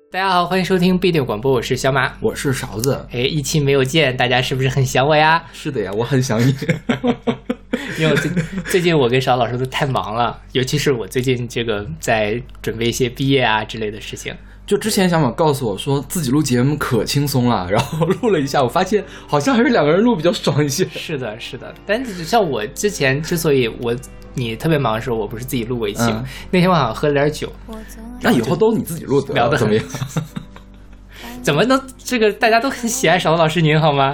大家好，欢迎收听不一定广播，我是小马， 我是勺子。 哎，一期没有见，大家是不是很想我呀？ 是的呀，我很想你。 因为最近我跟勺老师都太忙了，尤其是我最近这个在准备一些毕业啊之类的事情。 就之前小马告诉我说自己录节目可轻松了，然后录了一下，我发现好像还是两个人录比较爽一些。 是的，是的。但像我之前之所以你特别忙的时候，我不是自己录过一期吗？那天我好像喝了点酒。 那以后都你自己录得聊得怎么样？ 怎么能这个大家都很喜爱勺老师您好吗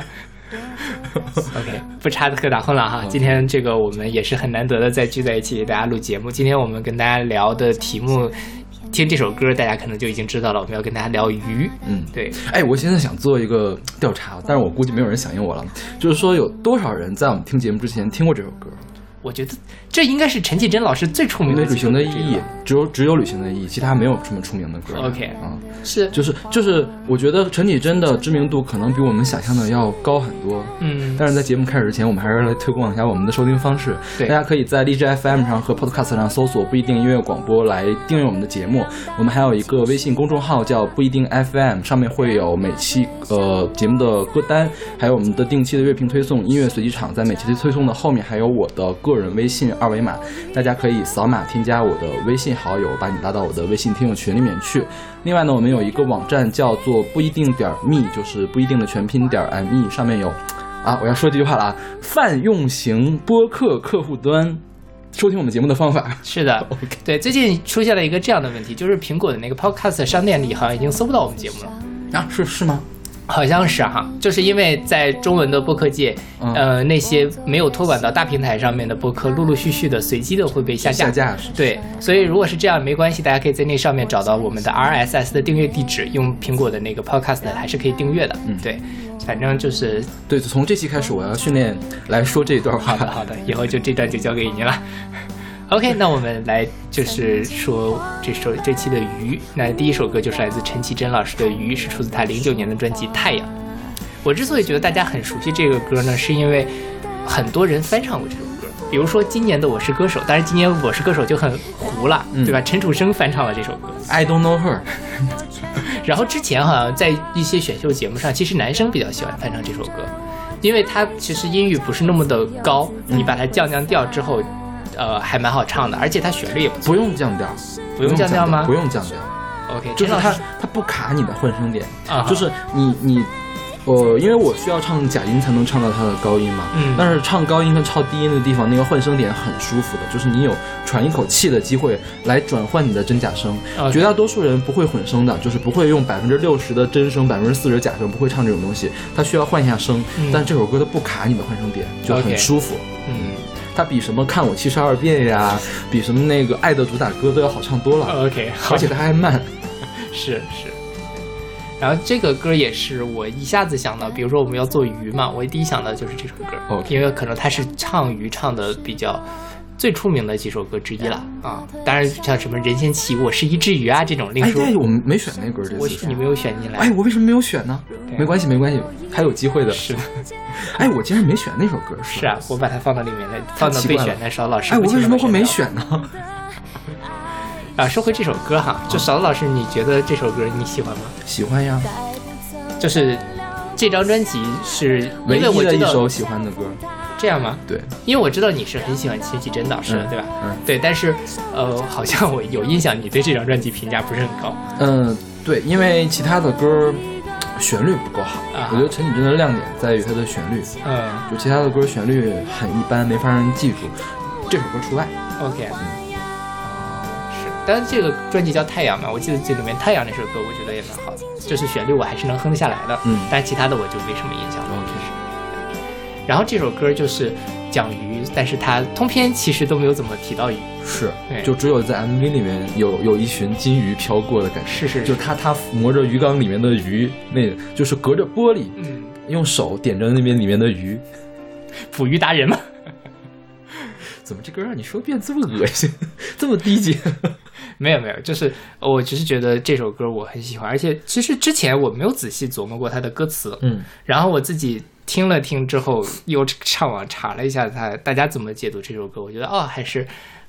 ？OK， 不插科打诨了哈。今天这个我们也是很难得的再聚在一起给大家录节目。今天我们跟大家聊的题目，听这首歌大家可能就已经知道了，我们要跟大家聊鱼。对。 哎，我现在想做一个调查，但是我估计没有人响应我了。就是说有多少人在我们听节目之前听过这首歌？ 我觉得这应该是陈绮贞老师最出名的旅行的意义，只有旅行的意义，其他没有什么出名的歌。 OK， 是就是我觉得陈绮贞的知名度可能比我们想象的要高很多。但是在节目开始之前，我们还是来推广一下我们的收听方式。大家可以在荔枝 FM 上和 Podcast 上搜索不一定音乐广播来订阅我们的节目。我们还有一个微信公众号叫不一定 FM， 上面会有每期节目的歌单，还有我们的定期的乐评推送、音乐随机场，在每期推送的后面还有我的个人微信二维码，大家可以扫码添加我的微信好友，把你拉到我的微信听友群里面去。另外呢，我们有一个网站叫做不一定.me， 就是不一定的全拼.me， 上面有我要说这句话了啊，泛用型播客客户端收听我们节目的方法。 是的，okay. 对，最近出现了一个这样的问题，就是苹果的那个 Podcast 商店里好像已经搜不到我们节目了。 是吗？ 好像是哈，就是因为在中文的播客界，那些没有托管到大平台上面的播客，陆陆续续的随机的会被下架。对，所以如果是这样没关系，大家可以在那上面找到我们的 RSS 的订阅地址，用苹果的那个 Podcast 还是可以订阅的。对，反正就是对， 从这期开始我要训练来说这一段话。 好的，以后就这段就交给您了。OK， 那我们来就是说这期的鱼。那第一首歌就是来自陈绮贞老师的《鱼》，是出自他09年的专辑《太阳》。我之所以觉得大家很熟悉这个歌呢，是因为很多人翻唱过这首歌。比如说今年的《我是歌手》，当然今年《我是歌手》就很糊了，对吧？陈楚生翻唱了这首歌 I don't know her。 然后之前好像在一些选秀节目上，其实男生比较喜欢翻唱这首歌，因为它其实音域不是那么的高，你把它降调之后还蛮好唱的，而且它旋律也不错。 不用降调。 不用降调吗？ 不用降调。 OK， 就是它不卡你的混声点，就是你因为我需要唱假音才能唱到它的高音嘛，但是唱高音跟唱低音的地方，那个混声点很舒服的，就是你有喘一口气的机会来转换你的真假声。绝大多数人不会混声的，就是不会用60%的真声，40%的假声，不会唱这种东西，他需要换一下声。但这首歌它不卡你的混声点，就很舒服。它比什么看我72遍呀，比什么那个爱的主打歌都要好唱多了。 OK， 而且它还慢。 是。然后这个歌也是我一下子想到，比如说我们要做鱼嘛，我第一想到就是这首歌。因为可能它是唱鱼唱的比较最出名的几首歌之一了啊。当然像什么人间起我是一只鱼啊这种另说。 我们没选那歌， 你没有选进来。 我为什么没有选呢？没关系，还有机会的。 是的。 我竟然没选那首歌。 是啊，我把它放到里面来，放到备选的时候，老师。 我为什么会没选呢？ 说回这首歌哈，就勺子老师，你觉得这首歌你喜欢吗？ 喜欢呀。 就是这张专辑是唯一的一首喜欢的歌。 这样吗？ 对， 因为我知道你是很喜欢陈绮贞老师的，对吧？对，但是好像我有印象，你对这张专辑评价不是很高。 对，因为其他的歌旋律不够好，我觉得陈绮贞的亮点在于她的旋律。就其他的歌旋律很一般，没法让人记住，这首歌除外。 OK。但是这个专辑叫《太阳》嘛，我记得这里面《太阳》那首歌，我觉得也蛮好的，就是旋律我还是能哼得下来的。但是其他的我就没什么印象了。然后这首歌就是讲鱼，但是它通篇其实都没有怎么提到鱼。 是，就只有在 MV 里面有一群金鱼飘过的感觉。是，就他磨着鱼缸里面的鱼，那就是隔着玻璃，用手点着那边里面的鱼。 捕鱼达人吗？ 怎么这歌让你说变这么恶心，这么低级？ 没有，就是我只是觉得这首歌我很喜欢，而且其实之前我没有仔细琢磨过它的歌词，然后我自己听了听之后，又上网查了一下大家怎么解读这首歌，我觉得还是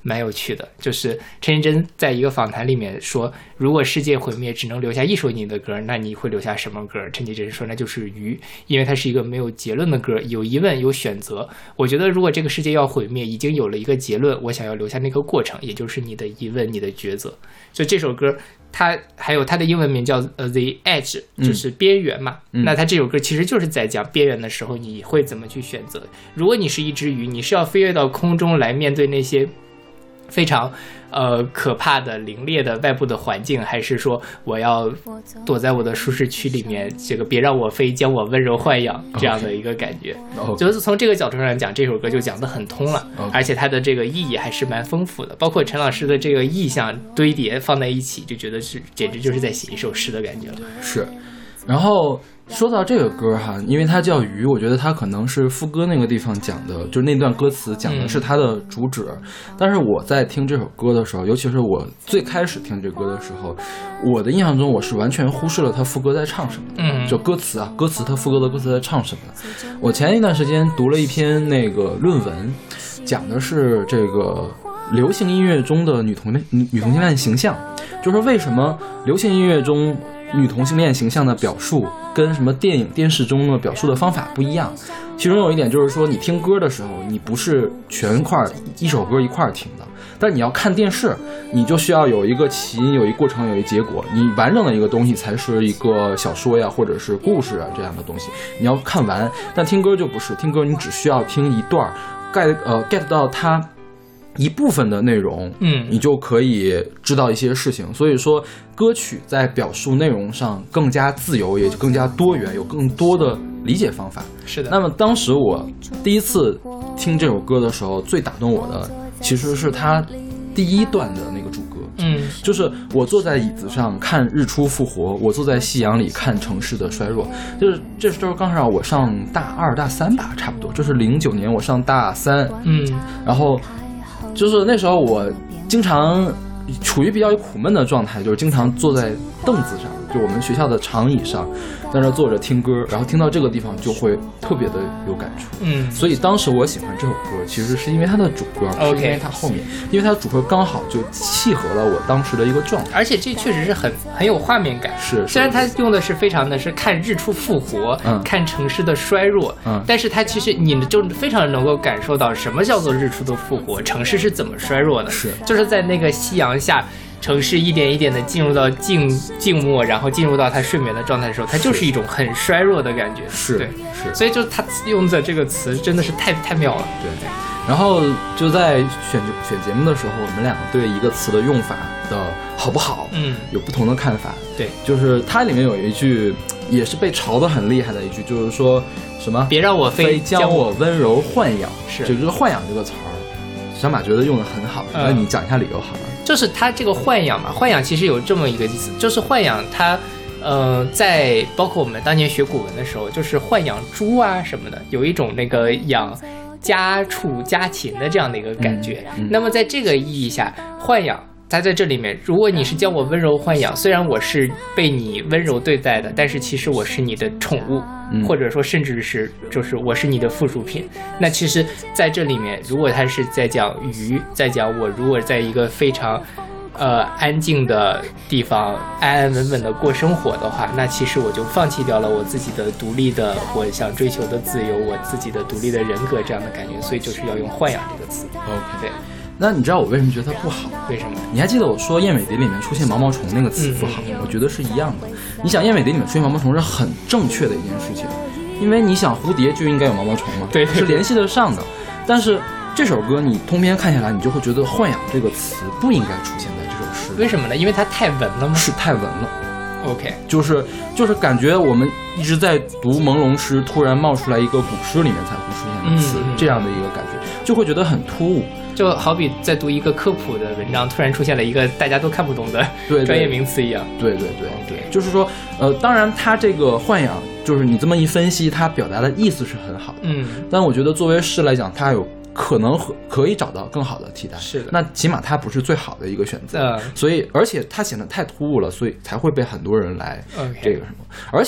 蛮有趣的。就是陈绮贞在一个访谈里面说，如果世界毁灭只能留下一首你的歌，那你会留下什么歌？陈绮贞说那就是鱼，因为它是一个没有结论的歌，有疑问有选择。我觉得如果这个世界要毁灭已经有了一个结论，我想要留下那个过程，也就是你的疑问你的抉择。所以这首歌它还有它的英文名叫 The Edge， 就是边缘嘛。那它这首歌其实就是在讲边缘的时候你会怎么去选择。如果你是一只鱼，你是要飞跃到空中来面对那些非常可怕的凌冽的外部的环境，还是说我要躲在我的舒适区里面，这个别让我飞，将我温柔豢养，这样的一个感觉。就是从这个角度上讲，这首歌就讲得很通了，而且它的这个意义还是蛮丰富的，包括陈老师的这个意象堆叠放在一起，就觉得是简直就是在写一首诗的感觉了。 是，然后说到这个歌哈，因为它叫鱼，我觉得它可能是副歌那个地方讲的，就是那段歌词讲的是它的主旨。但是我在听这首歌的时候，尤其是我最开始听这歌的时候，我的印象中我是完全忽视了它副歌在唱什么的。就歌词啊，它副歌的歌词在唱什么的。我前一段时间读了一篇那个论文，讲的是这个流行音乐中的女同性恋形象，就是为什么流行音乐中女同性恋形象的表述跟什么电影电视中的表述的方法不一样。其中有一点就是说，你听歌的时候你不是全块一首歌一块听的，但你要看电视，你就需要有一个起因，有一过程，有一结果，你完整的一个东西才是一个小说呀或者是故事啊这样的东西，你要看完。但听歌就不是，听歌你只需要听一段get 到它一部分的内容，你就可以知道一些事情。所以说歌曲在表述内容上更加自由，也就更加多元，有更多的理解方法。 是的。 那么当时我第一次听这首歌的时候，最打动我的其实是它第一段的那个主歌。就是我坐在椅子上看日出复活，我坐在夕阳里看城市的衰弱。就是这时候刚好我上大2大3吧，差不多就是09年我上大3。然后就是那时候我经常处于比较苦闷的状态，就是经常坐在凳子上，就我们学校的长椅上，在那坐着听歌，然后听到这个地方就会特别的有感触。所以当时我喜欢这首歌其实是因为它的主歌，不是因为它后面，因为它的主歌刚好就契合了我当时的一个状态， 而且这确实是很有画面感。 是， 虽然它用的是非常的是看日出复活，看城市的衰弱，但是它其实你就非常能够感受到什么叫做日出的复活，城市是怎么衰弱的。 是， 就是在那个夕阳下，城市一点一点的进入到静默，然后进入到它睡眠的状态的时候，它就是一种很衰弱的感觉。 是， 对，是，所以就他用的这个词真的是太妙了。 对。然后就在选节目的时候，我们两个对一个词的用法的好不好，有不同的看法。 对， 就是它里面有一句也是被嘲得很厉害的一句，就是说什么别让我飞， 将我温柔豢养。 是， 就这个豢养这个词儿，小马觉得用得很好，那你讲一下理由好吗？ 就是它这个豢养嘛，豢养其实有这么一个意思，就是豢养它，在包括我们当年学古文的时候，就是豢养猪啊什么的，有一种那个养家畜家禽的这样的一个感觉。那么在这个意义下，豢养它在这里面，如果你是将我温柔豢养，虽然我是被你温柔对待的，但是其实我是你的宠物，或者说甚至是就是我是你的附属品。那其实在这里面，如果他是在讲鱼，在讲我如果在一个非常安静的地方安安稳稳的过生活的话，那其实我就放弃掉了我自己的独立的我想追求的自由，我自己的独立的人格这样的感觉，所以就是要用豢养这个词。 OK， 对。那你知道我为什么觉得它不好？ 为什么？ 你还记得我说燕尾蝶里面出现毛毛虫那个词不好，我觉得是一样的。你想燕尾蝶里面出现毛毛虫是很正确的一件事情，因为你想蝴蝶就应该有毛毛虫嘛， 对， 是联系得上的。但是这首歌你通篇看下来，你就会觉得豢养这个词不应该出现在这首诗。 为什么呢？因为它太文了吗？ 是太文了。 OK， 就是感觉我们一直在读朦胧诗，突然冒出来一个古诗里面才会出现的词，这样的一个感觉就会觉得很突兀。 就好比在读一个科普的文章，突然出现了一个大家都看不懂的专业名词一样。 对，就是说，当然它这个豢养，就是你这么一分析，它表达的意思是很好的。但我觉得作为诗来讲，它有可能可以找到更好的替代。 是的， 那起码它不是最好的一个选择。所以，而且它显得太突兀了，所以才会被很多人来这个什么。而且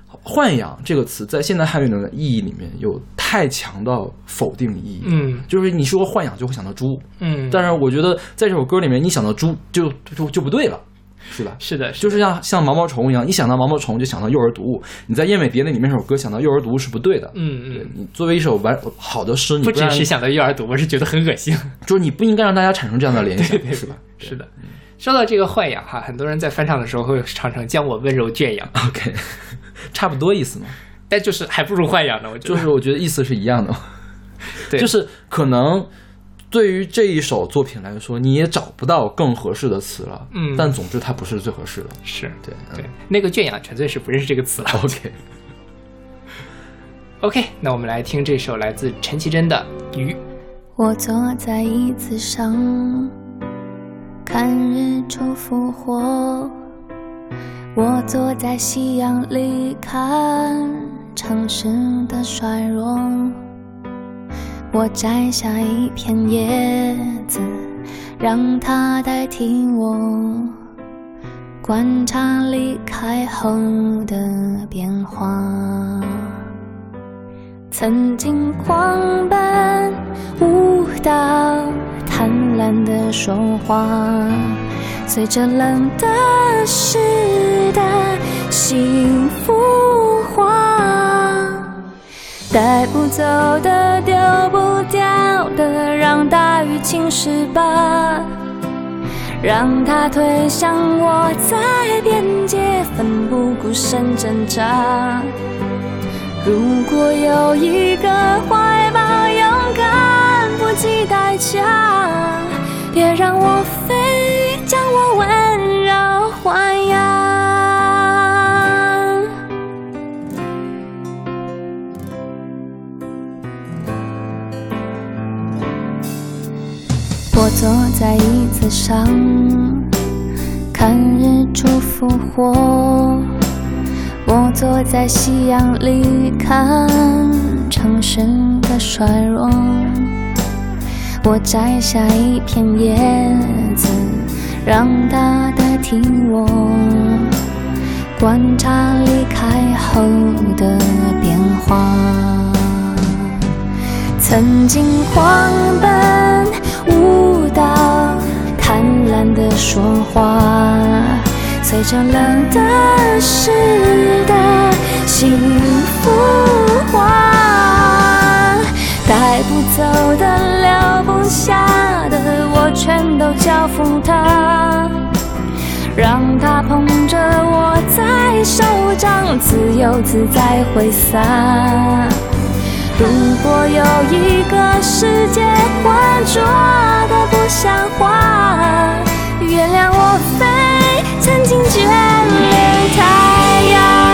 豢养这个词在现代汉语的意义里面有太强的否定意义，就是你说豢养就会想到猪，但是我觉得在这首歌里面你想到猪就不对了，是吧？ 是的， 就是像毛毛虫一样，一想到毛毛虫就想到幼儿读物，你在燕尾蝶那里面那首歌想到幼儿读物是不对的，对，你作为一首好的诗，你不只是想到幼儿读物，是觉得很恶心， 就是你不应该让大家产生这样的联想， 对是吧？ 是的。说到这个豢养哈，很多人在翻唱的时候会唱成将我温柔圈养 ，OK， 差不多意思嘛。 但就是还不如豢养呢，我觉得。 就是我觉得意思是一样的， 对， 就是可能对于这一首作品来说，你也找不到更合适的词了，但总之它不是最合适的， 是对对，那个圈养纯粹是不认识这个词了。OK， 那我们来听这首来自陈绮贞的《鱼》。 我坐在椅子上。看日出复活，我坐在夕阳里看城市的衰弱，我摘下一片叶子让它代替我，观察离开后的变化。曾经狂奔舞蹈贪婪的说话，随着冷的湿的幸福化，带不走的丢不掉的让大雨侵蚀吧，让它推向我在边界奋不顾身挣扎。如果有一个怀抱勇敢不计代价，别让我飞，将我温柔豢养。我坐在椅子上看日出复活，我坐在夕阳里看城市的衰弱，我摘下一片叶子让它代替我，观察离开后的变化。曾经狂奔舞蹈贪婪的说话，随着冷的湿的幸福化，带不走的留不下的我全都交付他，让他捧着我在手掌自由自在挥洒。如果有一个世界浑浊的不像话，原谅我飞，曾经眷恋太阳。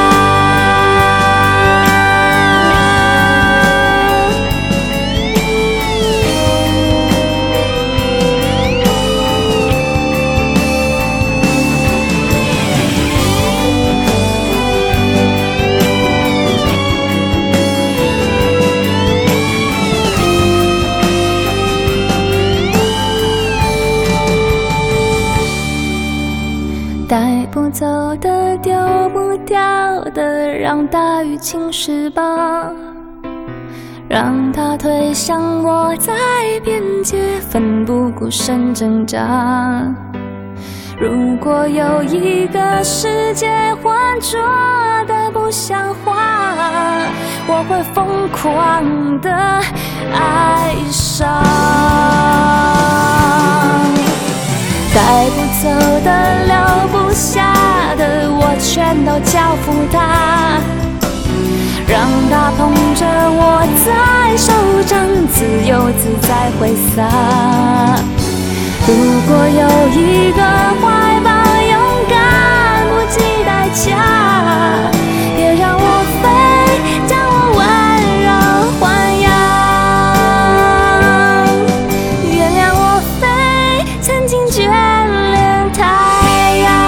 带不走的丢不掉的让大雨侵蚀吧，让它推向我在边界奋不顾身挣扎。如果有一个世界浑浊的不像话，我会疯狂的爱上。带不走的留不下的我全都交付他，让他捧着我在手掌自由自在挥洒。如果有一个怀抱勇敢不计代价，别让我飞，将我温柔豢养。原谅我飞，曾经眷恋太阳。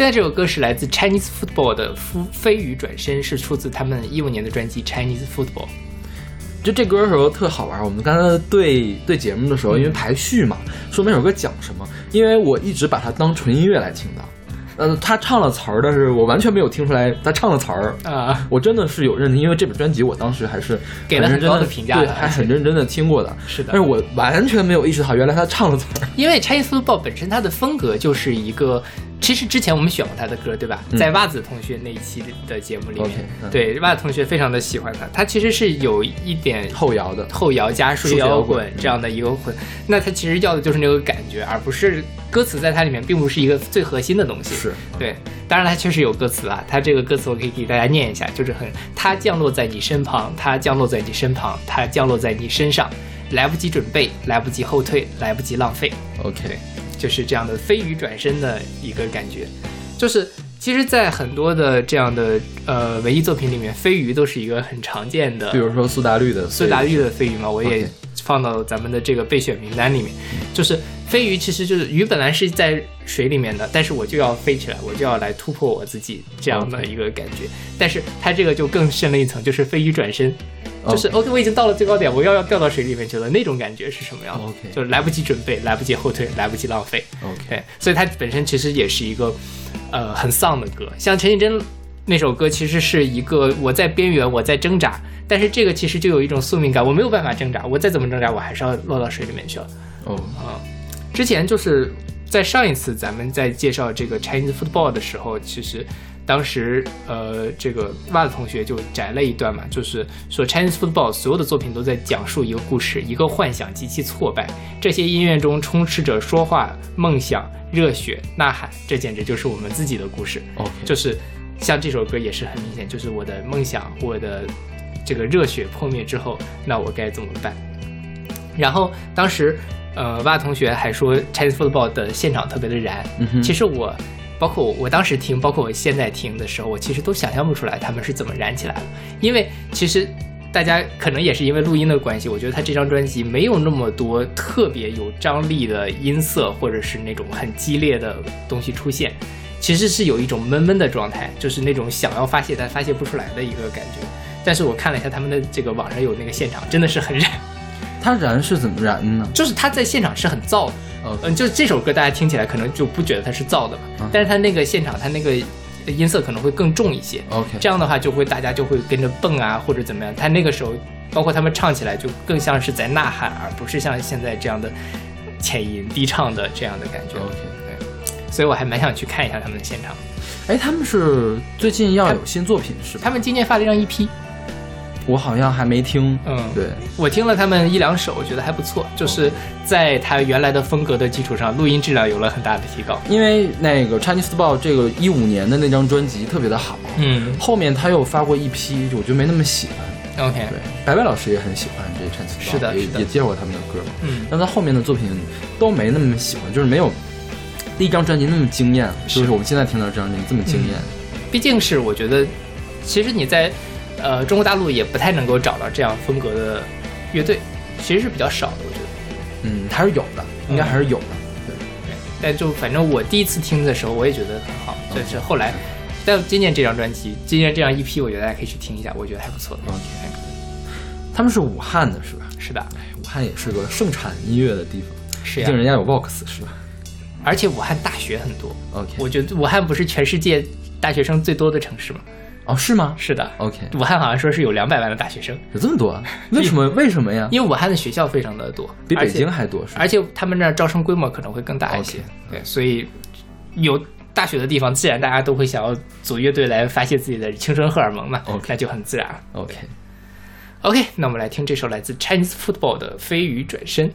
现在这首歌是来自 Chinese Football 的飞鱼转身，是出自他们15年的专辑 Chinese Football。 就这歌的时候特好玩，我们刚才对节目的时候，因为排序嘛，说每首歌讲什么，因为我一直把它当纯音乐来听的。他唱了词儿，但是我完全没有听出来他唱了词儿啊！ 我真的是有认真，因为这本专辑我当时还是给了很高的评价的， 对，还很认真的听过的。 是的， 但是我完全没有意识到原来他唱了词儿。 因为 Chinese Football 本身它的风格就是一个，其实之前我们选过他的歌，对吧？在袜子同学那一期的节目里面，对袜子同学非常的喜欢他，他其实是有一点后摇加数学摇滚这样的一个混，那他其实要的就是那个感觉，而不是歌词在它里面并不是一个最核心的东西。 是对。当然它确实有歌词啊，它这个歌词我可以给大家念一下，就是它降落在你身旁，它降落在你身旁，它降落在你身上，来不及准备，来不及后退，来不及浪费。 OK， 就是这样的飞鱼转身的一个感觉。就是其实在很多的这样的文艺作品里面，飞鱼都是一个很常见的， 比如说苏打绿的飞鱼嘛，我也放到咱们的这个备选名单里面。就是飞鱼其实就是鱼本来是在水里面的，但是我就要飞起来，我就要来突破我自己这样的一个感觉。但是它这个就更深了一层，就是飞鱼转身，就是 OK 我已经到了最高点，我要掉到水里面去了，那种感觉是什么样的？ OK， 就是来不及准备，来不及后退，来不及浪费。 OK， 所以它本身其实也是一个很丧的歌。像陈绮贞那首歌其实是一个我在边缘，我在挣扎，但是这个其实就有一种宿命感，我没有办法挣扎，我再怎么挣扎我还是要落到水里面去了。之前就是在上一次咱们在介绍这个 Chinese Football 的时候，其实当时这个袜子同学就摘了一段嘛，就是说 Chinese Football 所有的作品都在讲述一个故事，一个幻想及其挫败，这些音乐中充斥着说话、梦想、热血、呐喊，这简直就是我们自己的故事。就是像这首歌也是很明显，就是我的梦想，我的这个热血破灭之后，那我该怎么办？然后当时袜同学还说 Chinese Football 的现场特别的燃。其实包括我当时听，包括我现在听的时候，我其实都想象不出来他们是怎么燃起来的。因为其实大家可能也是因为录音的关系，我觉得他这张专辑没有那么多特别有张力的音色，或者是那种很激烈的东西出现，其实是有一种闷闷的状态，就是那种想要发泄但发泄不出来的一个感觉。但是我看了一下他们的这个网上有那个现场，真的是很燃。 他燃是怎么燃呢？ 就是他在现场是很燥的。就这首歌大家听起来可能就不觉得它是燥的嘛，但是他那个现场他那个音色可能会更重一些。这样的话大家就会跟着蹦啊或者怎么样，他那个时候包括他们唱起来就更像是在呐喊，而不是像现在这样的浅吟低唱的这样的感觉。对，所以我还蛮想去看一下他们的现场。 他们是最近要有新作品是吧？ 他们今年发了一张 EP， 我好像还没听。对， 我听了他们1-2首，我觉得还不错，就是在他原来的风格的基础上，录音质量有了很大的提高。 因为那个 Chinese Football 这个15年的那张专辑特别的好，后面他又发过一批，我就没那么喜欢。 OK， 对，白白老师也很喜欢这 Chinese Football， 是的， 也介绍过他们的歌嘛。但他后面的作品都没那么喜欢，就是没有第一张专辑那么惊艳，就是我们现在听到这张专辑这么惊艳。 毕竟是我觉得，其实你在中国大陆也不太能够找到这样风格的乐队，其实是比较少的，我觉得。 还是有的，应该还是有的。对， 但就反正我第一次听的时候，我也觉得很好。但是后来，但今年这张专辑，今年这张 EP， 我觉得大家可以去听一下，我觉得还不错的。 他们是武汉的是吧？ 是的， 武汉也是个盛产音乐的地方。 是呀， 毕竟人家有 Vox 是吧？ 而且武汉大学很多。我觉得武汉不是全世界大学生最多的城市吗？ 是吗？ 是的。 OK， 武汉好像说是有200万的大学生， 有这么多啊？为什么呀？ 因为武汉的学校非常的多， 比北京还多， 而且他们那招生规模可能会更大一些。对，所以有大学的地方，自然大家都会想要组乐队来发泄自己的青春荷尔蒙嘛。那就很自然。OK， 那我们来听这首来自 Chinese Football 的《飞鱼转身》。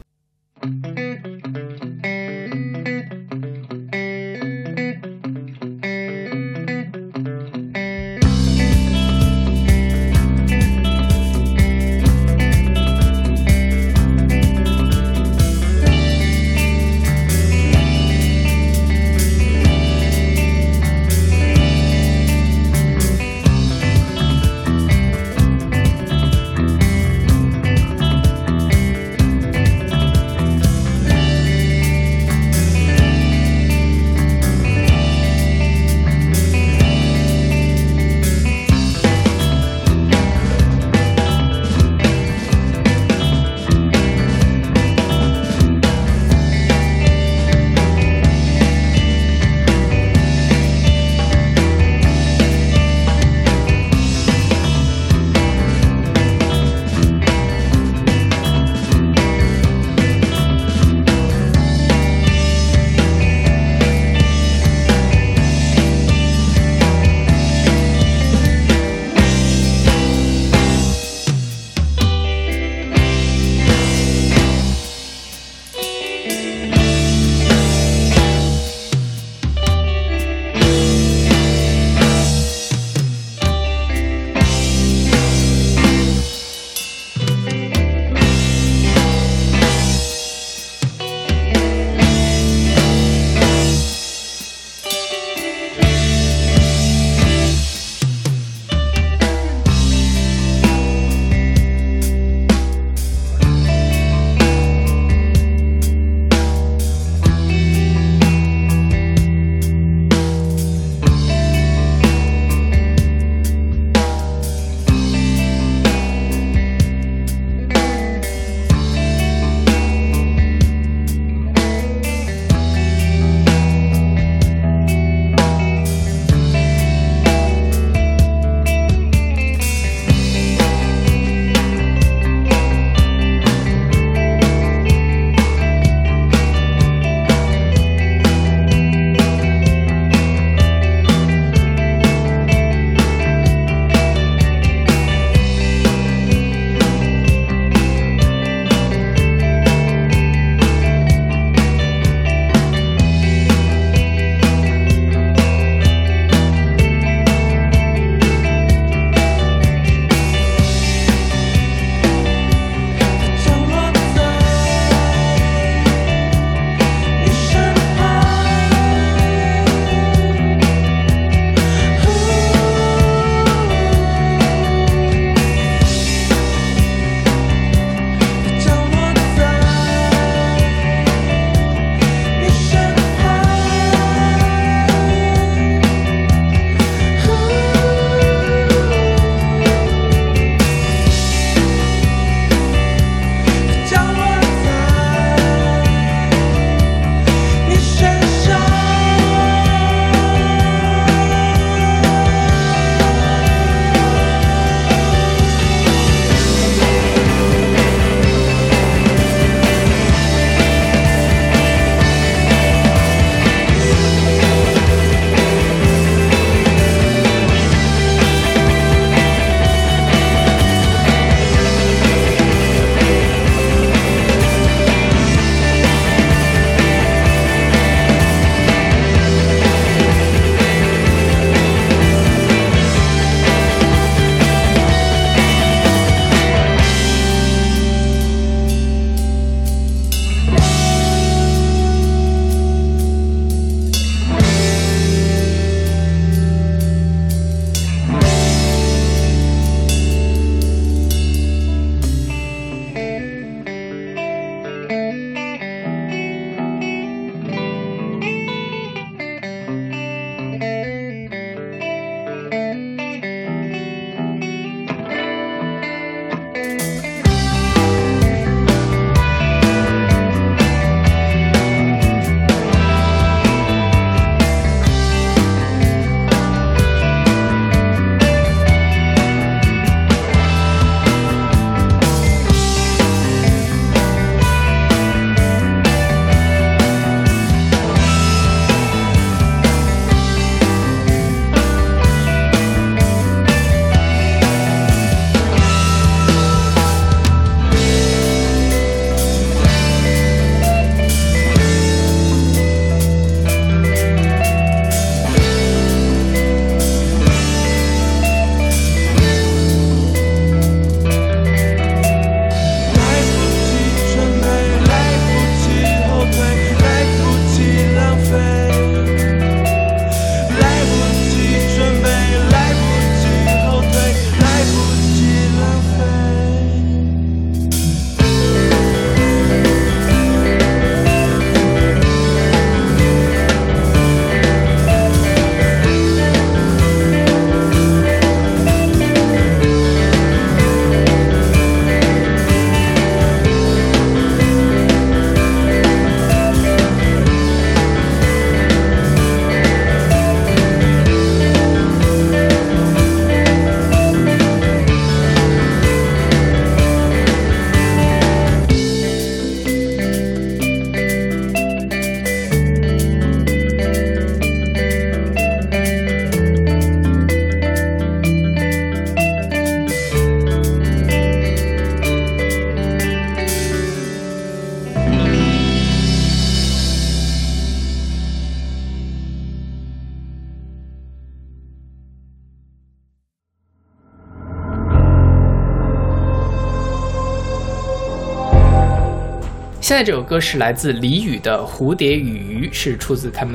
现在这首歌是来自李宇的《蝴蝶与鱼》，是出自他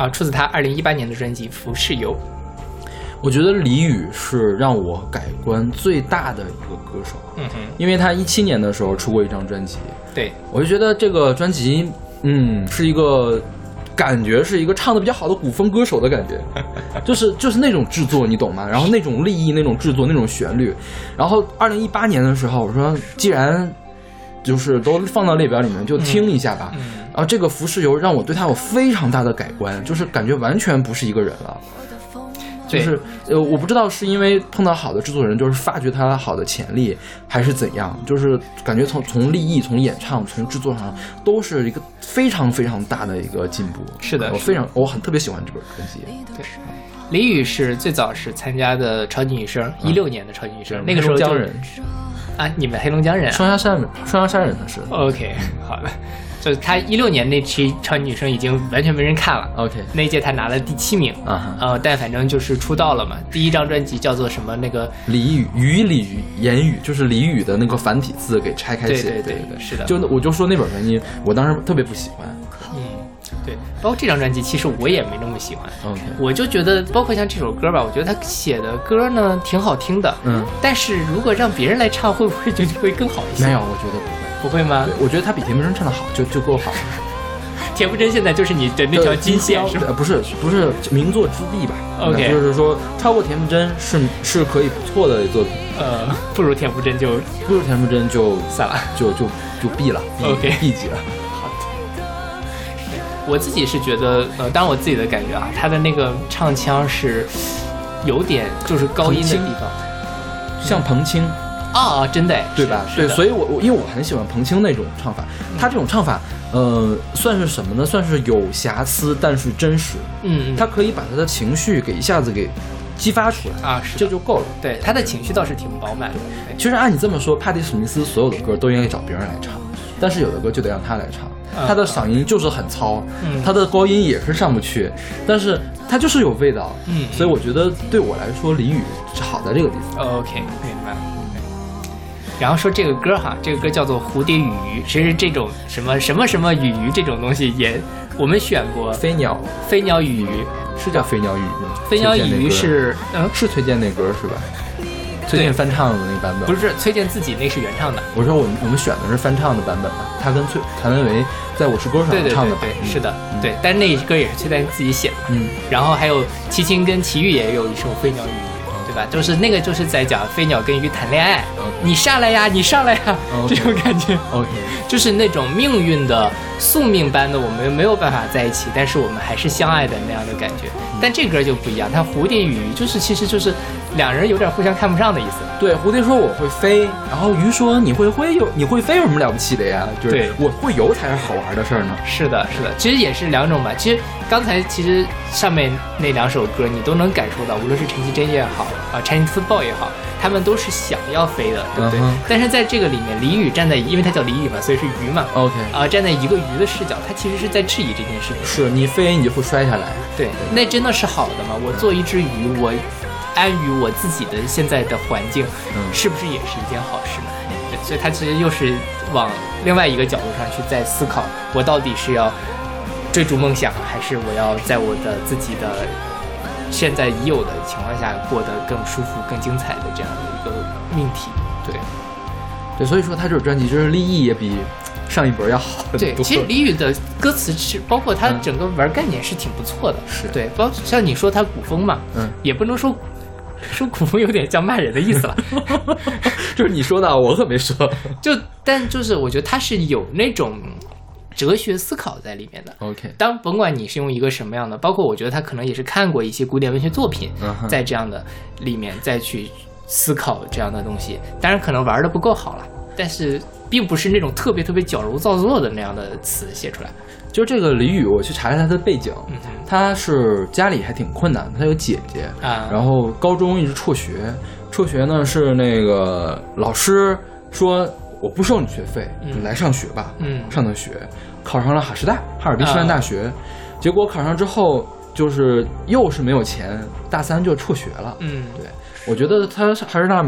2018年的专辑《浮世游》。 我觉得李宇是让我改观最大的一个歌手，因为他17年的时候出过一张专辑， 对， 我就觉得这个专辑，是一个感觉是一个唱的比较好的古风歌手的感觉，就是那种制作，你懂吗？然后那种立意、那种制作、那种旋律。然后2018年的时候，我说既然就是都放到列表里面，就听一下吧。然后这个《浮世游》让我对他有非常大的改观，就是感觉完全不是一个人了。就是我不知道是因为碰到好的制作人，就是发掘他好的潜力，还是怎样，就是感觉从立意、从演唱、从制作上都是一个非常非常大的一个进步。 是的， 我很特别喜欢这本专辑。 对，李宇是最早是参加的超级女声，16年的超级女声，那个时候江人啊，你们黑龙江人啊？ 双鸭山人的是。 OK， 好的。就是他16年那期超级女声已经完全没人看了 ，OK， 那一届他拿了第7名，但反正就是出道了嘛。第一张专辑叫做什么？那个俚语言语，就是俚语的那个繁体字给拆开写，对， 是的。 我就说那本专辑，我当时特别不喜欢。 对，包括这张专辑，其实我也没那么喜欢。 OK， 我就觉得，包括像这首歌吧，我觉得他写的歌呢挺好听的，但是如果让别人来唱，会不会就会更好一些？ 没有，我觉得不会。 不会吗？ 我觉得他比田馥甄唱的好，就够好了。 田馥甄现在就是你的那条金线是吧？ 不是名作之地吧 ？OK， 就是说超过田馥甄是可以不错的作品。 不如田馥甄就算了，就毙了。 OK， 毙级了。 好的。我自己是觉得，当然我自己的感觉啊，他的那个唱腔是有点就是高音的地方， 像彭青。 真的对吧？对，所以因为我很喜欢彭青那种唱法，他这种唱法，算是什么呢？算是有瑕疵，但是真实。他可以把他的情绪一下子给激发出来啊， 这就够了。 对，他的情绪倒是挺饱满的。 其实按你这么说，帕蒂·史密斯所有的歌都应该找别人来唱，但是有的歌就得让他来唱。他的嗓音就是很糙，他的高音也是上不去，但是他就是有味道。所以我觉得对我来说，李宇是好在这个地方。 OK， 明白了。然后说这个歌哈，这个歌叫做《蝴蝶与鱼》，其实这种什么与鱼这种东西也我们选过。飞鸟与鱼是叫飞鸟与鱼吗？ 飞鸟与鱼是是崔健那歌是吧？崔健翻唱的那个版本不是崔健自己，那是原唱的。 我说我们选的是翻唱的版本吧，他跟谭维维在《我是歌手》唱的。 对，是的，对，但是那歌也是崔健自己写的。然后还有齐秦跟齐豫也有一首《飞鸟与鱼》。对吧？就是那个，就是在讲飞鸟跟鱼谈恋爱，你上来呀，这种感觉。 OK， 就是那种命运的宿命般的，我们没有办法在一起，但是我们还是相爱的那样的感觉。但这歌就不一样，它蝴蝶与鱼其实就是两人有点互相看不上的意思。 对，蝴蝶说我会飞，然后鱼说你会飞有什么了不起的呀？就是我会游才是好玩的事儿呢。 是的，其实也是两种吧。其实刚才上面那2首歌你都能感受到，无论是陈绮贞也好Chinese Football 也好，他们都是想要飞的，对不对？但是在这个里面，李宇站在，因为他叫李宇嘛，所以是鱼嘛。 OK， 站在一个鱼的视角，他其实是在质疑这件事情。 是你飞你就会摔下来。 对，那真的是好的吗？我做一只鱼，我安于我自己的现在的环境，是不是也是一件好事呢？对，所以他其实又是往另外一个角度上去在思考，我到底是要追逐梦想，还是我要在我的自己的现在已有的情况下过得更舒服、更精彩的这样的一个命题。 对，所以说他这首专辑就是立意也比上一本要好很多。 对，其实李宇的歌词是包括他整个玩概念是挺不错的。 是对，包括像你说他古风嘛，也不能说古风有点像骂人的意思了。 就是你说的，我可没说。 但就是我觉得他是有那种哲学思考在里面的。 OK， 甭管你是用一个什么样的，包括我觉得他可能也是看过一些古典文学作品，在这样的里面再去思考这样的东西。当然可能玩的不够好了，但是并不是那种特别矫揉造作的那样的词写出来。 就这个李宇，我去查了他的背景，他是家里还挺困难的，他有姐姐然后高中一直辍学呢是那个老师说我不收你学费，你来上学吧。上的学，考上了哈尔滨师范大学，结果考上之后就是又是没有钱，大3就辍学了。对，我觉得他哈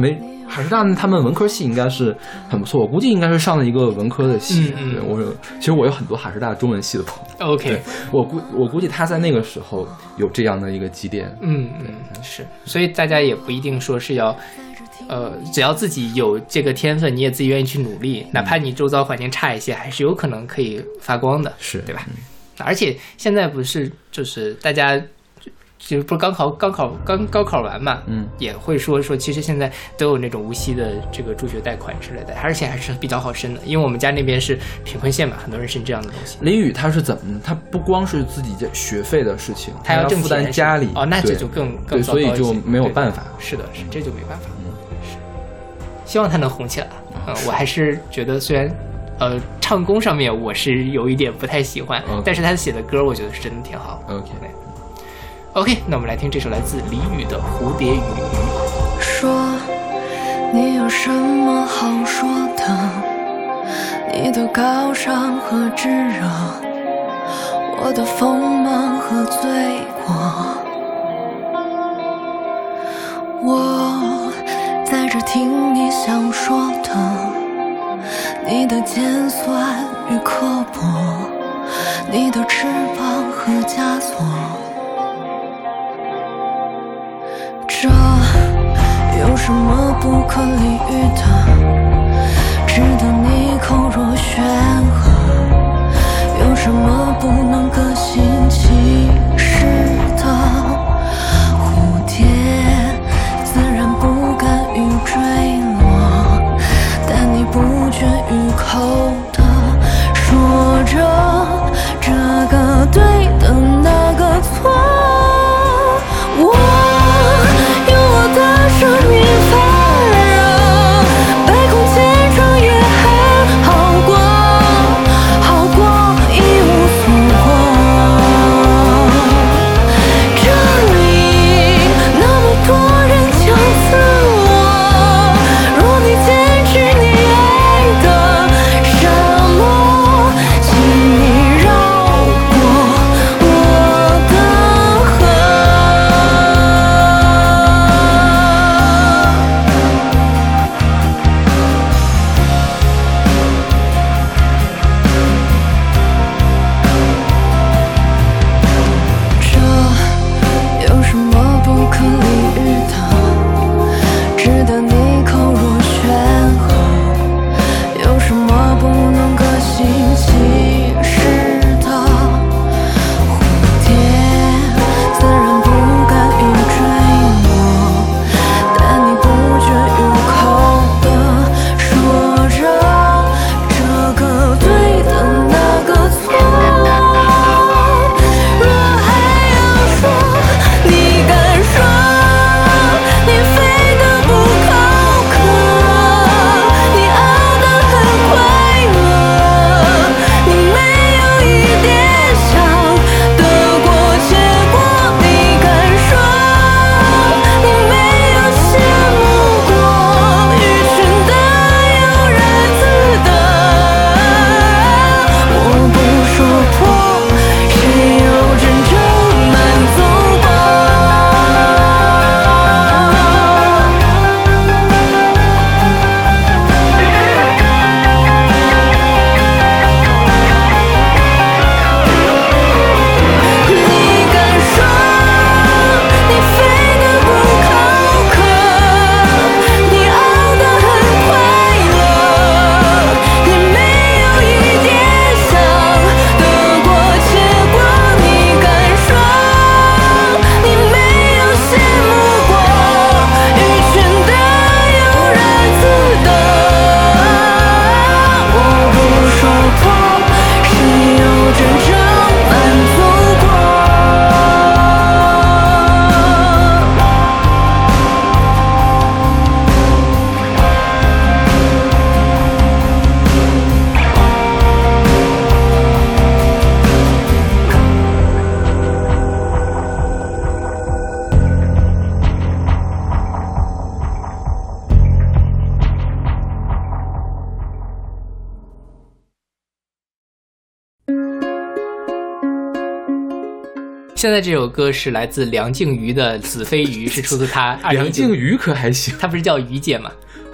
海师大他们文科系应该是很不错，我估计应该是上了一个文科的系。对，其实我有很多海师大中文系的朋友。 OK， 我估计他在那个时候有这样的一个积淀。 是，所以大家也不一定说是要，只要自己有这个天分，你也自己愿意去努力，哪怕你周遭环境差一些，还是有可能可以发光的， 是对吧？而且现在不是就是大家。就是不是高考完嘛，也会说其实现在都有那种无息的这个助学贷款之类的，而且还是比较好申的，因为我们家那边是贫困县嘛，很多人申这样的东西。 林宇他是怎么？他不光是自己的学费的事情， 他要负担家里那这就更对，所以就没有办法。 是的，这就没办法。是，希望他能红起来。我还是觉得虽然唱功上面我是有一点不太喜欢，但是他写的歌我觉得是真的挺好。OK， 那我们来听这首来自李宇的《蝴蝶语》。 说你有什么好说的？你的高尚和炙热，我的锋芒和罪过。我在这听你想说的，你的尖酸与刻薄，你的翅膀和枷锁。这有什么不可理喻的，值得你口若悬河？有什么不能各行其事的？蝴蝶自然不敢于坠落，但你不绝于口的说着这个对的那个错。生命发热，白空千丈也很好过，好过一无所获。这里那么多人强刺我，若你坚持你爱的沙漠，请你绕过我的河。 现在这首歌是来自梁静茹的《子非鱼》，是出自她2019。 梁静茹可还行， 她不是叫于姐吗？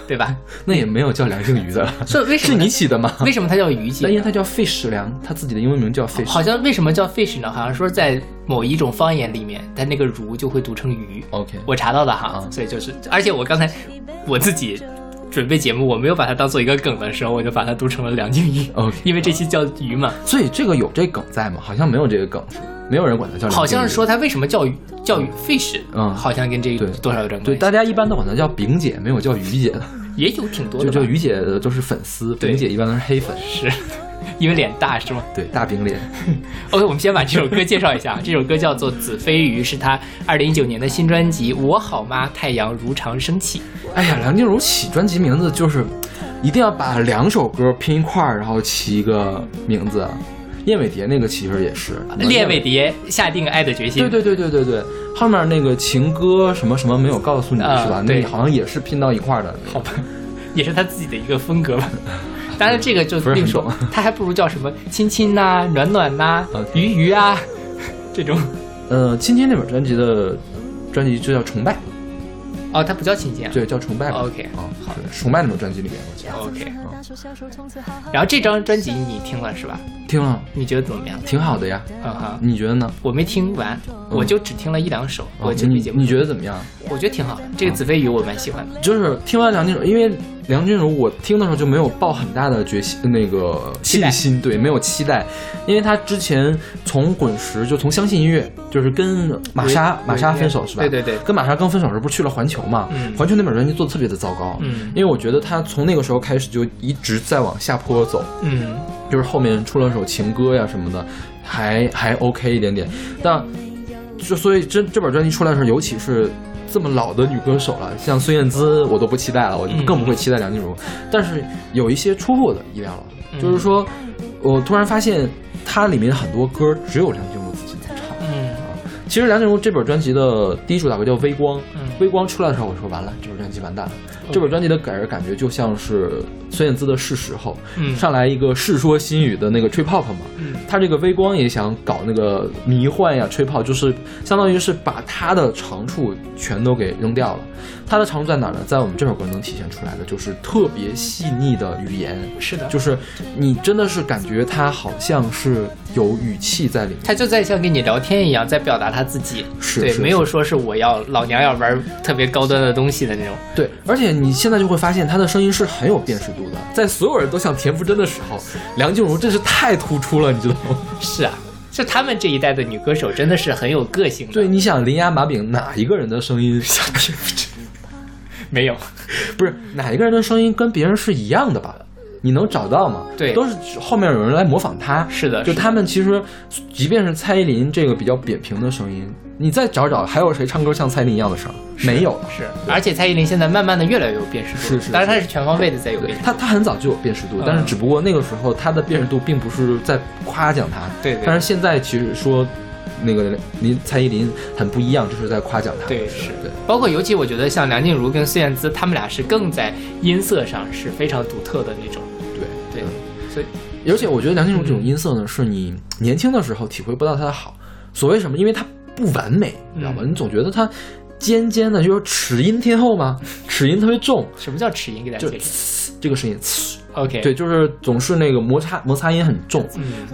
对吧？ 那也没有叫梁静茹的，是你起的吗？ 为什么它叫虞姬？ 因为它叫 Fish 梁，它自己的英文名叫 Fish。 好像为什么叫 Fish 呢？好像说在某一种方言里面，它那个茹就会读成鱼。 OK， 我查到的哈，所以就是，而且我刚才我自己准备节目，我没有把它当做一个梗的时候，我就把它读成了梁静茹。 OK， 因为这期叫鱼嘛， 所以这个有这梗在吗？好像没有这个梗，是吧？没有人管它叫梁静茹。 好像是说它为什么叫鱼 Fish， 好像跟这个多少有点关系。 对，大家一般都管它叫饼姐，没有叫于姐的。 也有挺多的， 就于姐的都是粉丝，饼姐一般都是黑粉， 是因为脸大是吗？ 对，大饼脸。 OK， 我们先把这首歌介绍一下，这首歌叫做《子非鱼》，是他2019年的新专辑《我好吗？太阳如常升起》。 哎呀，梁静茹起专辑名字就是一定要把2首歌拼一块儿，然后起一个名字。燕尾蝶那个其实也是， 燕尾蝶下定爱的决心。 对，后面那个情歌什么什么没有告诉你，是吧？那好像也是拼到一块儿的。 好吧，也是他自己的一个风格吧。当然这个就另说，他还不如叫什么亲亲呐、暖暖呐、鱼鱼啊这种。 亲亲那本专辑就叫崇拜。 哦，它不叫亲亲啊？ 对，叫崇拜。 OK， 好，崇拜那种专辑里面，我记得。 OK，然后这张专辑你听了是吧？ 听了。 你觉得怎么样？ 挺好的呀。你觉得呢？ 我没听完，我就只听了1-2首。 你觉得怎么样？ 我觉得挺好的，这个子非鱼我蛮喜欢的。 就是听完梁静茹，因为梁静茹我听的时候就没有抱很大的那个信心，对，没有期待，因为他之前从滚石就从相信音乐就是跟玛莎分手是吧？ 对， 跟玛莎刚分手时不是去了环球嘛？环球那本专辑做的特别的糟糕，因为我觉得他从那个时候开始就一直在往下坡走，就是后面出了首情歌呀什么的，还 OK 一点点，但就所以这本专辑出来的时候，尤其是这么老的女歌手了，像孙燕姿我都不期待了，我更不会期待梁静茹。但是有一些出乎我的意料了，就是说我突然发现它里面很多歌只有梁静茹自己能唱。其实梁静茹这本专辑的第一主打歌叫《微光》，微光出来的时候，我说完了，这本专辑完蛋了。这本专辑的给人感觉就像是孙燕姿的《是时候》，上来一个世说新语的那个吹泡泡嘛，他这个微光也想搞那个迷幻呀，吹泡，就是相当于是把他的长处全都给扔掉了。他的长处在哪儿呢？在我们这首歌能体现出来的就是特别细腻的语言， 是的， 就是你真的是感觉他好像是有语气在里面， 他就在像跟你聊天一样，在表达他自己，对，没有说是我要老娘要玩特别高端的东西的那种。 对，而且你现在就会发现他的声音是很有辨识度的，在所有人都像田馥甄的时候，梁静茹真是太突出了，你知道吗？ 是啊，就他们这一代的女歌手真的是很有个性的。 对，你想铃芽马炳哪一个人的声音像田馥甄？ 没有， 不是哪一个人的声音跟别人是一样的吧？你能找到吗？ 对， 都是后面有人来模仿他。 是的， 就他们其实，即便是蔡依林这个比较扁平的声音，你再找找，还有谁唱歌像蔡依林一样的声？没有。 是，而且蔡依林现在慢慢的越来越有辨识度。 是， 当然她是全方位的在有辨识度。 她很早就有辨识度，但是只不过那个时候她的辨识度并不是在夸奖她。 对。 但是现在其实说。那个蔡依林很不一样，就是在夸奖她。 对，是对，包括尤其我觉得像梁静茹跟孙燕姿，他们俩是更在音色上是非常独特的那种。对，所以而且我觉得梁静茹这种音色呢，是你年轻的时候体会不到她的好。所谓什么？因为她不完美，你知道吗？你总觉得她尖尖的，就是齿音天后嘛，齿音特别重。 什么叫齿音？给大家解释。这个声音 ，OK， 对，就是总是那个摩擦音很重。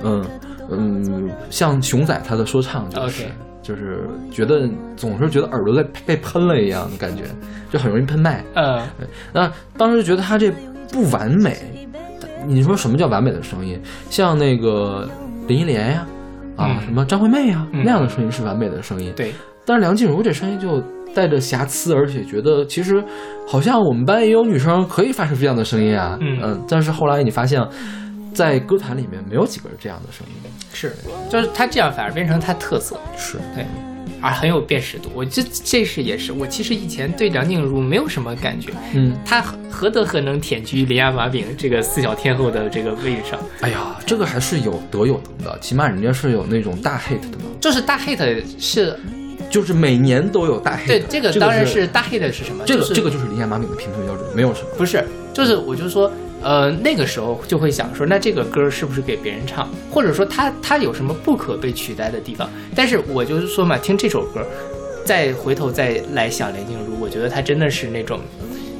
像熊仔他的说唱就是总是觉得耳朵在被喷了一样的感觉，就很容易喷麦。那当时就觉得他这不完美。你说什么叫完美的声音？像那个林忆莲呀，什么张惠妹呀，那样的声音是完美的声音。 对， 但是梁静茹这声音就带着瑕疵，而且觉得其实好像我们班也有女生可以发出这样的声音啊。但是后来你发现。在歌坛里面没有几个这样的声音， 是，就是他这样反而变成他特色， 是对，而很有辨识度。我这是也是我其实以前对梁静茹没有什么感觉，他何能舔居铃芽马炳这个四小天后的这个位置上？ 哎呀，这个还是有德有能的，起码人家是有那种大 hit 的嘛。 就是大 hit 是。 就是每年都有大 hit， 对，这个当然是大 hit 是什么？ 这个就是铃芽马炳的评分标准，没有什么。 不是，就是我就说，那个时候就会想说，那这个歌是不是给别人唱，或者说他有什么不可被取代的地方？但是我就是说嘛，听这首歌，再回头再来想梁静茹，我觉得她真的是那种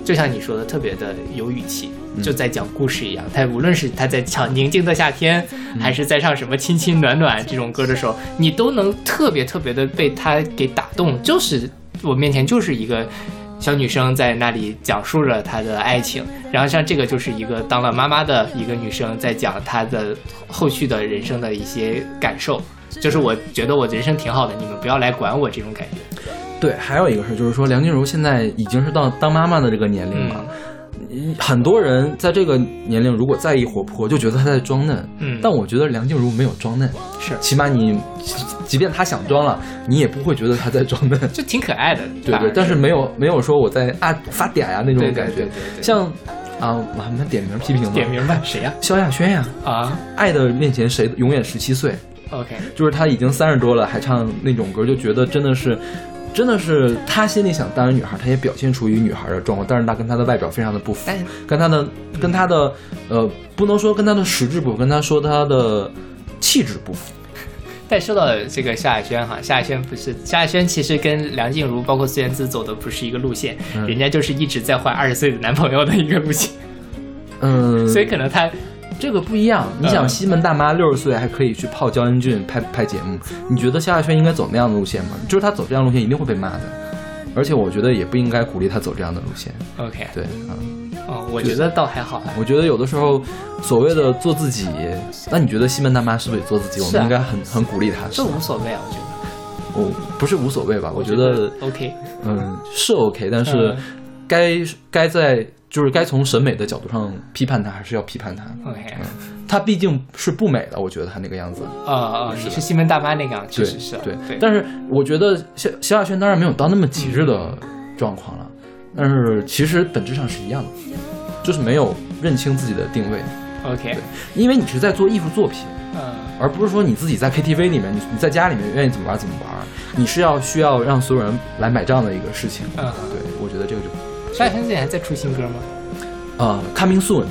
就像你说的特别的有语气，就在讲故事一样。他无论是他在唱宁静的夏天，还是在唱什么亲亲暖暖这种歌的时候，你都能特别特别的被他给打动。就是我面前就是一个小女生在那里讲述着她的爱情，然后像这个就是一个当了妈妈的一个女生在讲她的后续的人生的一些感受，就是我觉得我人生挺好的，你们不要来管我这种感觉。 对，还有一个事就是说，梁静茹现在已经是到当妈妈的这个年龄了。很多人在这个年龄如果再一活泼，就觉得她在装嫩。但我觉得梁静茹没有装嫩， 是起码你即便她想装了，你也不会觉得她在装嫩， 就挺可爱的。 对对，但是没有说我在发嗲呀那种感觉。 对， 像我们点名批评吗？ 点名吧，谁呀？ 萧亚轩呀。爱的面前谁永远17岁。 OK， 就是她已经30多了，还唱那种歌，就觉得真的是她心里想当然女孩，她也表现出一个女孩的状况，但是她跟她的外表非常的不符，跟她的不能说跟她的实质不符，跟她说她的气质不符。 但说到这个夏亚轩哈，夏亚轩其实跟梁静茹包括孙燕姿走的不是一个路线，人家就是一直在换20岁的男朋友的一个路线。所以可能她这个不一样。你想西门大妈60岁还可以去泡焦恩俊拍节目，你觉得萧亚轩应该走那样的路线吗？就是她走这样路线一定会被骂的，而且我觉得也不应该鼓励她走这样的路线。 OK， 对我觉得倒还好。 我觉得有的时候所谓的做自己，那你觉得西门大妈是不是也做自己？我们应该很鼓励她。 这无所谓啊，我觉得不是无所谓吧，我觉得 OK， 是 OK， 但是该在就是该从审美的角度上批判他，还是要批判他。 OK， 他毕竟是不美的，我觉得他那个样子。 你是西门大妈那个样，确实是。 对。但是我觉得萧亚轩当然没有到那么极致的状况了，但是其实本质上是一样的，就是没有认清自己的定位。 OK， 因为你是在做艺术作品，而不是说你自己在 KTV 里面，你在家里面愿意怎么玩怎么玩，你是需要让所有人来买账的一个事情。对，我觉得这个就。 萧亚轩最近还在出新歌吗 ？Coming soon。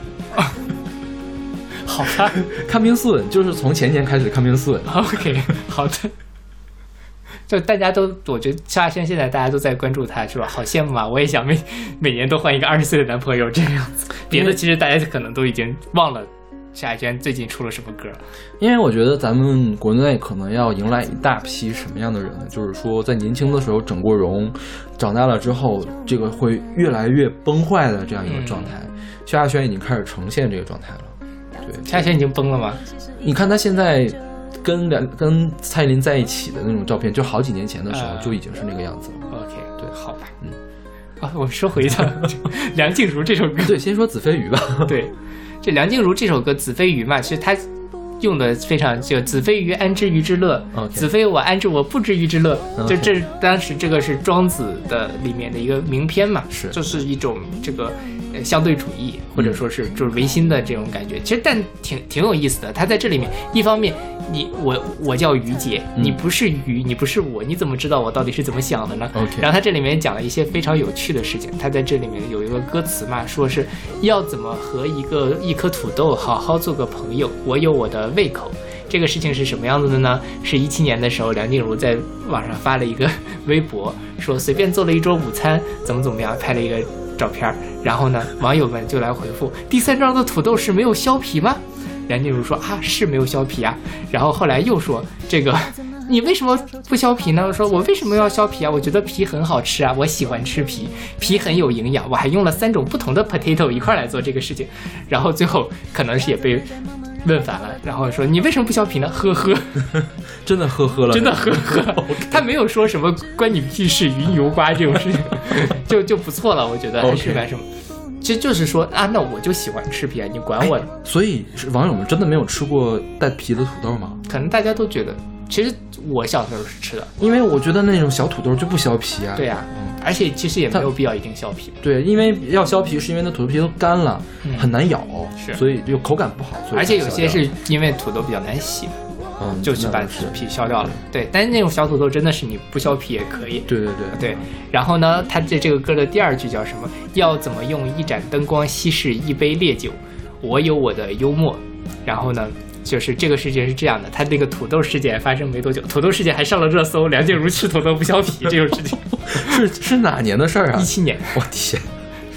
好吧 ，Coming soon 就是从前年开始 Coming soon。OK， 好的。就大家都，我觉得萧亚轩现在大家都在关注他，是吧？好羡慕啊！我也想每年都换一个20岁的男朋友这个样子。别的其实大家可能都已经忘了萧亚轩最近出了什么歌。 因为我觉得咱们国内可能要迎来一大批什么样的人呢？就是说在年轻的时候整过容，长大了之后这个会越来越崩坏的这样一个状态。萧亚轩已经开始呈现这个状态了。对， 萧亚轩已经崩了吗？ 你看他现在跟蔡依林在一起的那种照片，就好几年前的时候就已经是那个样子了。 OK， 对，好吧，我们说回到梁静茹这首歌。 对，先说子非鱼吧。 对，这梁静茹这首歌《子非鱼》嘛，其实她用的非常就子非鱼安知鱼之乐，子非我安知我不知鱼之乐。就这当时这个是庄子的里面的一个名篇嘛，就是一种这个相对主义，或者说是就是唯心的这种感觉。其实但挺有意思的。他在这里面一方面我叫于姐，你不是鱼，你不是我，你怎么知道我到底是怎么想的呢？然后他这里面讲了一些非常有趣的事情。他在这里面有一个歌词嘛，说是要怎么和一颗土豆好好做个朋友，我有我的胃口。这个事情是什么样子的呢？是17年的时候，梁静茹在网上发了一个微博，说随便做了一桌午餐，怎么样，拍了一个照片，然后呢，网友们就来回复：第3张的土豆是没有削皮吗？梁静茹说是没有削皮啊。然后后来又说这个你为什么不削皮呢？说我为什么要削皮啊？我觉得皮很好吃啊，我喜欢吃皮，皮很有营养，我还用了3种不同的 potato 一块来做这个事情。然后最后可能是也被问反了，然后说你为什么不削皮呢？呵呵， 真的呵呵了， 真的呵呵。他没有说什么关你屁事鱼油瓜这种事情，就不错了，我觉得还是蛮什么。其实就是说那我就喜欢吃皮啊，你管我。 所以网友们真的没有吃过带皮的土豆吗？ 可能大家都觉得，其实我小时候是吃的， 因为我觉得那种小土豆就不削皮啊。 对呀，而且其实也没有必要一定削皮。 对，因为要削皮是因为那土豆皮都干了，很难咬，所以就口感不好。 而且有些是因为土豆比较难洗，就是把皮削掉了。对，但是那种小土豆真的是你不削皮也可以。对。然后呢，他这个歌的第2句叫什么？要怎么用一盏灯光稀释一杯烈酒？我有我的幽默。然后呢，就是这个事件是这样的，他那个土豆事件发生没多久，土豆事件还上了热搜，梁静茹吃土豆不削皮这种事情。 是哪年的事儿啊？ 17年。 我天，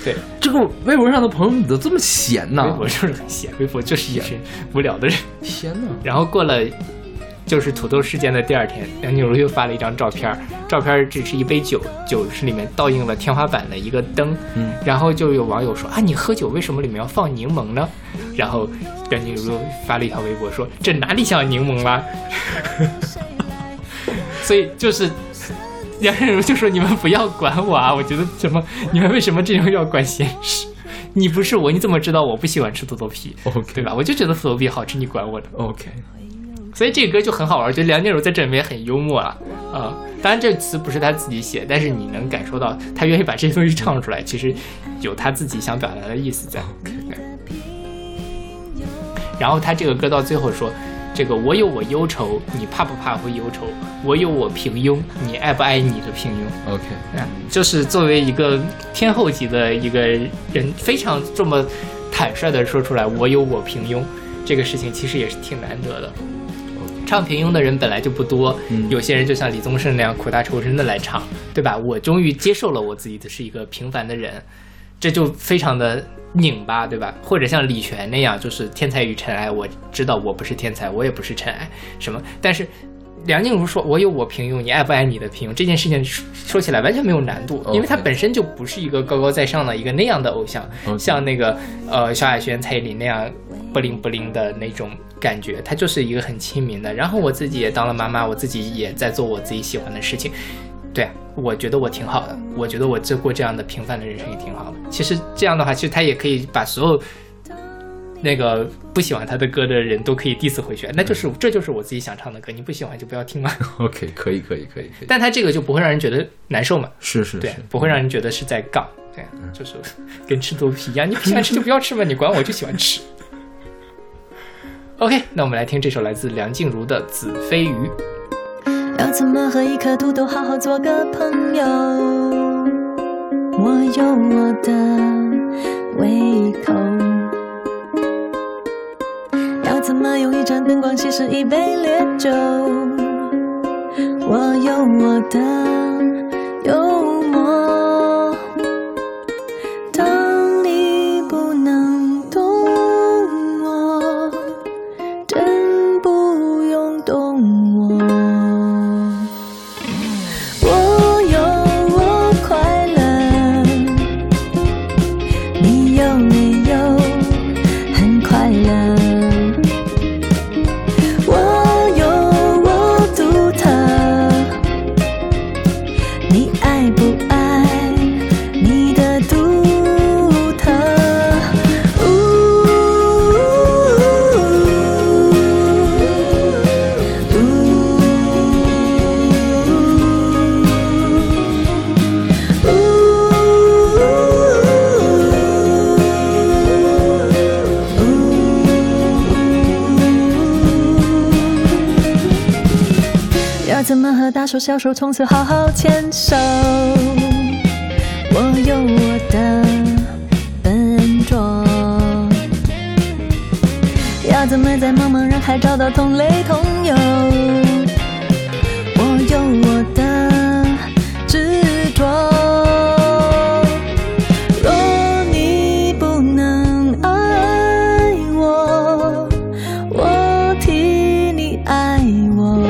对， 这个微博上的朋友你都这么闲呢？ 微博就是很闲，微博就是一群无聊的人。 天哪！ 然后过了就是土豆事件的第二天，梁静茹又发了一张照片，照片只是一杯酒，酒是里面倒映了天花板的一个灯。然后就有网友说啊，你喝酒为什么里面要放柠檬呢？然后梁静茹发了一条微博说，这哪里像柠檬啦？所以就是梁静茹就说，你们不要管我啊，我觉得你们为什么这种要管闲事？你不是我，你怎么知道我不喜欢吃土豆皮？ OK， 对吧？我就觉得土豆皮好吃，你管我的 OK。 所以这个歌就很好玩，我觉得梁静茹在这里面很幽默了啊。当然这词不是她自己写，但是你能感受到她愿意把这些东西唱出来，其实有她自己想表达的意思在。然后她这个歌到最后说，这个我有我忧愁，你怕不怕会忧愁？我有我平庸，你爱不爱你的平庸 ？OK， 就是作为一个天后级的一个人，非常这么坦率的说出来，我有我平庸，这个事情其实也是挺难得的。唱平庸的人本来就不多，有些人就像李宗盛那样苦大仇深的来唱，对吧？我终于接受了我自己的是一个平凡的人，这就非常的拧巴，对吧？或者像李泉那样，就是天才与尘埃，我知道我不是天才，我也不是尘埃，什么？但是梁静茹说我有我平庸，你爱不爱你的平庸，这件事情说起来完全没有难度，因为她本身就不是一个高高在上的一个那样的偶像，像那个萧亚轩、蔡依林那样不灵不灵的那种感觉，她就是一个很亲民的。然后我自己也当了妈妈，我自己也在做我自己喜欢的事情，对啊，我觉得我挺好的，我觉得我过这样的平凡的人生也挺好的。其实这样的话，其实她也可以把所有那个不喜欢他的歌的人都可以 diss 回去，那就是这就是我自己想唱的歌，你不喜欢就不要听嘛。 OK， 可以。 但他这个就不会让人觉得难受嘛。 是， 对，不会让人觉得是在杠，对，就是跟吃豆皮一样，你不喜欢吃就不要吃嘛，你管我就喜欢吃。OK， 那我们来听这首来自梁静茹的《子非鱼》。 要怎么和一颗土豆好好做个朋友？我有我的胃口。怎么用一盏灯光稀释一杯烈酒？我有我的幽默。当你不能懂我，真不用懂我。我有我快乐，你有没有很快乐？怎么和大手小手从此好好牵手？我有我的笨拙。要怎么在茫茫人海找到同类同游？我有我的执着。若你不能爱我，我替你爱我。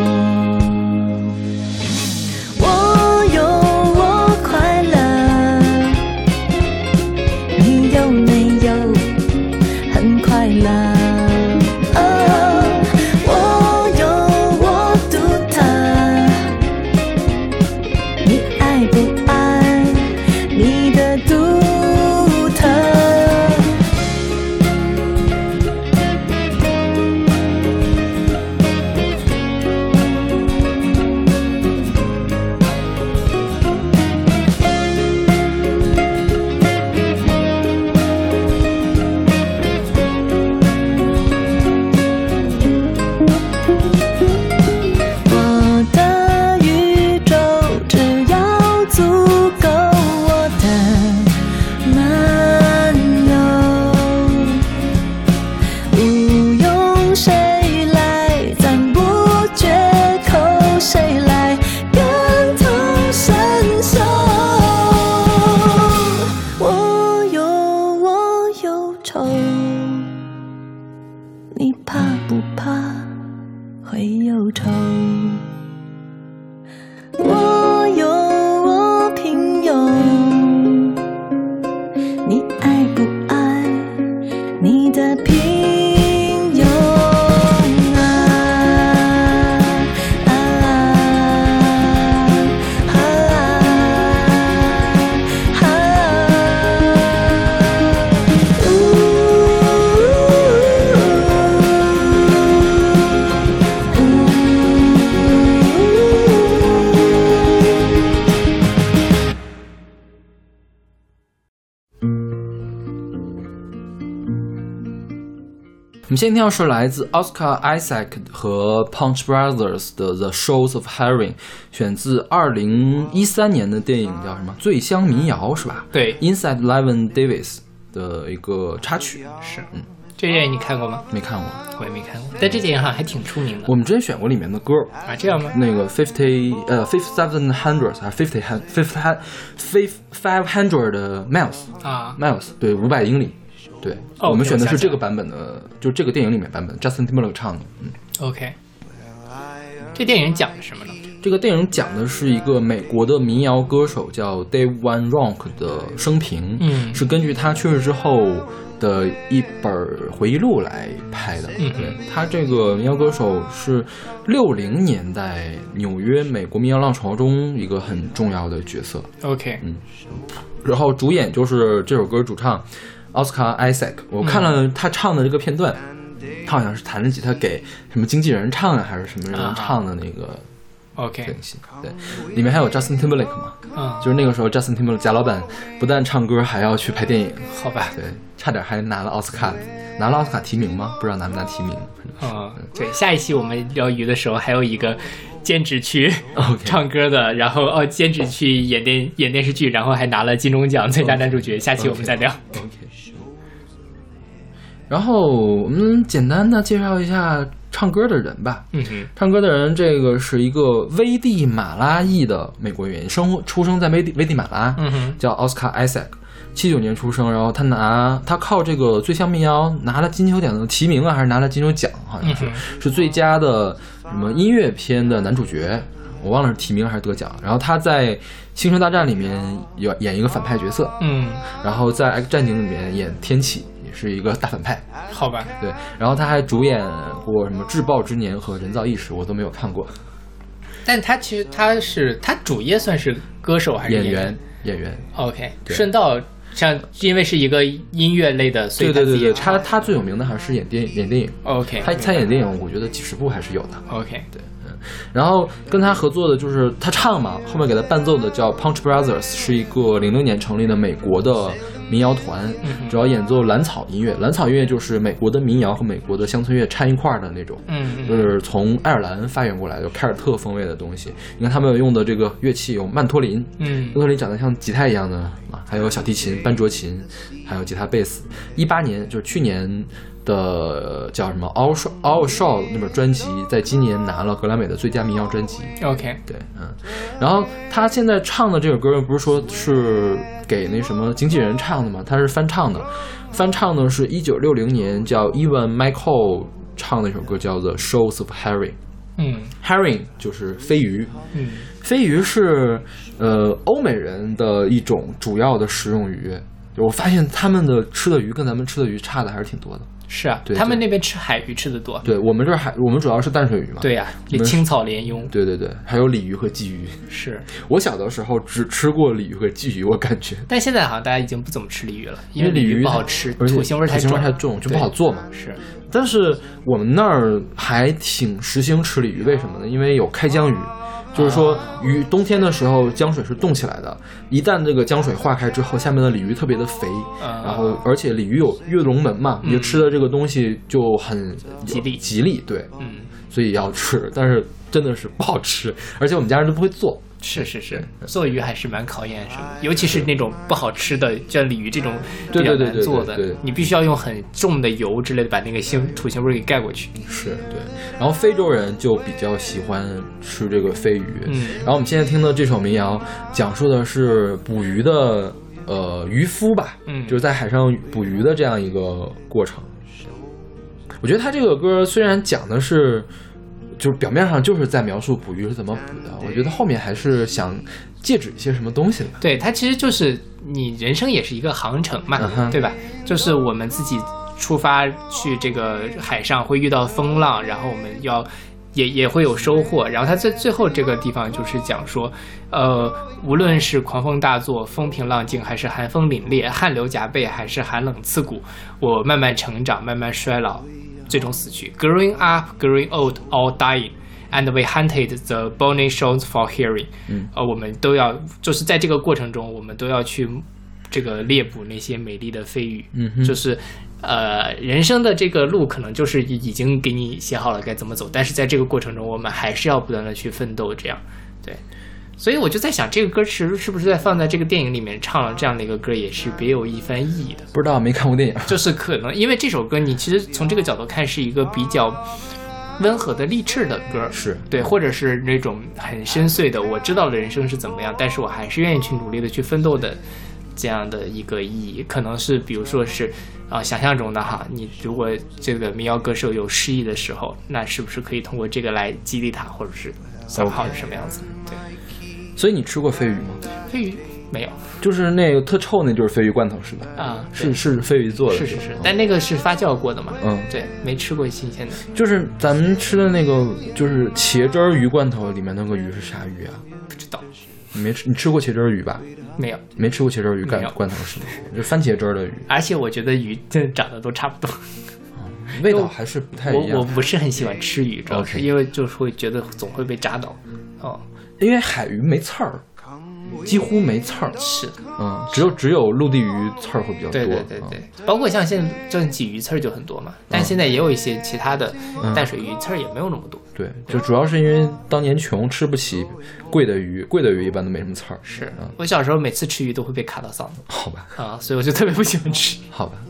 我的宇宙只要足们现在听到是来自 Oscar Isaac 和 Punch Brothers 的 The Shows of Herring， 选自2013年的电影叫什么？醉乡民谣是吧？ 对 ，Inside Llewyn Davis 的一个插曲。 是，这电影你看过吗？ 没看过， 我也没看过。但这电影好像还挺出名的。 我们之前选过里面的歌啊，这样吗？ 那个5700还是500 的 miles 啊 ，miles 对500英里。对，我们选的是这个版本的，就这个电影里面版本 ，Justin Timberlake 唱的。 OK， 这电影讲的什么呢？ 这个电影讲的是一个美国的民谣歌手叫 Dave Van Ronk 的生平，是根据他去世之后的一本回忆录来拍的。对，他这个民谣歌手是60年代纽约美国民谣浪潮中一个很重要的角色。 OK， 然后主演就是这首歌主唱Oscar Isaac， 我看了他唱的这个片段，他好像是弹着吉他给什么经纪人唱还是什么人唱的那个 OK， 对，里面还有 Justin Timberlake 嘛，就是那个时候 Justin Timberlake 贾老板不但唱歌还要去拍电影， 好吧， 对，差点还拿了奥斯卡提名吗？不知道拿没拿提名。 对，下一期我们聊鱼的时候还有一个兼职去唱歌的，然后兼职去演电视剧，然后还拿了金钟奖最佳男主角。下期我们再聊。 然后我们简单的介绍一下唱歌的人吧。唱歌的人这个是一个危地马拉裔的美国人，出生在危地马拉，叫奥斯卡·艾塞克，79年出生。然后他靠这个最香民谣拿了金球奖的提名啊，还是拿了金球奖，好像是最佳的什么音乐片的男主角，我忘了是提名还是得奖。然后他在《星球大战》里面演一个反派角色，然后在《X 战警》里面演天启，也是一个大反派。 好吧， 对。然后他还主演过什么《至暴之年》和《人造意识》，我都没有看过。 但他其实他主业算是歌手还是演员 ？OK， 顺道像因为是一个音乐类的，所以对，他最有名的还是演电影。 OK， 他演电影，我觉得几十部还是有的。 OK， 对。然后跟他合作的就是他唱嘛，后面给他伴奏的叫 Punch Brothers， 是一个00年成立的美国的民谣团，主要演奏蓝草音乐。蓝草音乐就是美国的民谣和美国的乡村乐掺一块的那种，就是从爱尔兰发源过来的凯尔特风味的东西。你看他们用的这个乐器有曼托林，曼托林长得像吉他一样的啊，还有小提琴、班卓琴，还有吉他、贝斯。18年就是去年的叫什么 All Shaw 那本专辑，在今年拿了格莱美的最佳民谣专辑。 OK， 对，然后他现在唱的这首歌不是说是给那什么经纪人唱的吗？他是翻唱的是1960年叫 Evan Michael 唱的一首歌，叫 The Shows of Herring。Herring 就是飞鱼。飞鱼是欧美人的一种主要的食用鱼。我发现他们的吃的鱼跟咱们吃的鱼差的还是挺多的。 是啊，对，他们那边吃海鱼吃的多。 对，我们这我们主要是淡水鱼嘛。 对呀，青草鲢鳙。对， 还有鲤鱼和鲫鱼。是我小的时候只吃过鲤鱼和鲫鱼，我感觉。 但现在好像大家已经不怎么吃鲤鱼了，因为鲤鱼不好吃，土腥味太重， 就不好做嘛。 是。 但是我们那儿还挺实行吃鲤鱼，为什么呢？因为有开江鱼。就是说鱼冬天的时候江水是冻起来的，一旦这个江水化开之后，下面的鲤鱼特别的肥，然后而且鲤鱼有跃龙门嘛，你吃的这个东西就很吉利，对，所以要吃，但是真的是不好吃，而且我们家人都不会做。 是，做鱼还是蛮考验什么，尤其是那种不好吃的，像鲤鱼这种比较难做的，你必须要用很重的油之类的把那个土腥味给盖过去。是，对。 然后非洲人就比较喜欢吃这个飞鱼。然后我们现在听的这首民谣讲述的是捕鱼的渔夫吧，就是在海上捕鱼的这样一个过程。我觉得他这个歌虽然讲的是。就是表面上就是在描述捕鱼是怎么捕的，我觉得后面还是想戒指一些什么东西的。 对，它其实就是你人生也是一个航程嘛，对吧？就是我们自己出发去这个海上会遇到风浪，然后我们要也会有收获。然后它在最后这个地方就是讲说，无论是狂风大作、风平浪静，还是寒风凛冽、汗流浃背，还是寒冷刺骨，我慢慢成长，慢慢衰老。最终死去 ，Growing up, growing old, all dying, and we hunted the bonny shows for hearing。我们都要就是在这个过程中，我们都要去这个猎捕那些美丽的飞鱼。就是人生的这个路可能就是已经给你写好了该怎么走，但是在这个过程中我们还是要不断的去奋斗，这样对。所以我就在想，这个歌是不是在放在这个电影里面唱了这样的一个歌，也是别有一番意义的。 不知道，没看过电影。 就是可能因为这首歌，你其实从这个角度看是一个比较温和的励志的歌， 是对， 或者是那种很深邃的，我知道的人生是怎么样，但是我还是愿意去努力的去奋斗的这样的一个意义。可能是比如说是想象中的哈，你如果这个民谣歌手有失意的时候，那是不是可以通过这个来激励他，或者是想好是什么样子？对。 所以你吃过鲱鱼吗？ 鲱鱼没有， 就是那个特臭，那就是鲱鱼罐头是吧？ 啊， 是鲱鱼做的， 是，但那个是发酵过的嘛？ 对， 没吃过新鲜的。 就是咱们吃的那个，就是茄汁鱼罐头里面那个鱼是啥鱼啊？ 不知道。 你吃过茄汁鱼吧？ 没有， 没吃过茄汁鱼罐头是吗？就番茄汁的鱼。 而且我觉得鱼长得都差不多。 味道还是不太一样。 我不是很喜欢吃鱼，主要是因为就是会觉得总会被扎到。 因为海鱼没刺儿，几乎没刺儿。 是的，只有陆地鱼刺儿会比较多。 对，包括像现在正鲫鱼刺儿就很多嘛，但现在也有一些其他的淡水鱼刺儿也没有那么多。 对，就主要是因为当年穷，吃不起贵的鱼一般都没什么刺儿。 是，我小时候每次吃鱼都会被卡到嗓子。 好吧。 所以我就特别不喜欢吃。 好吧，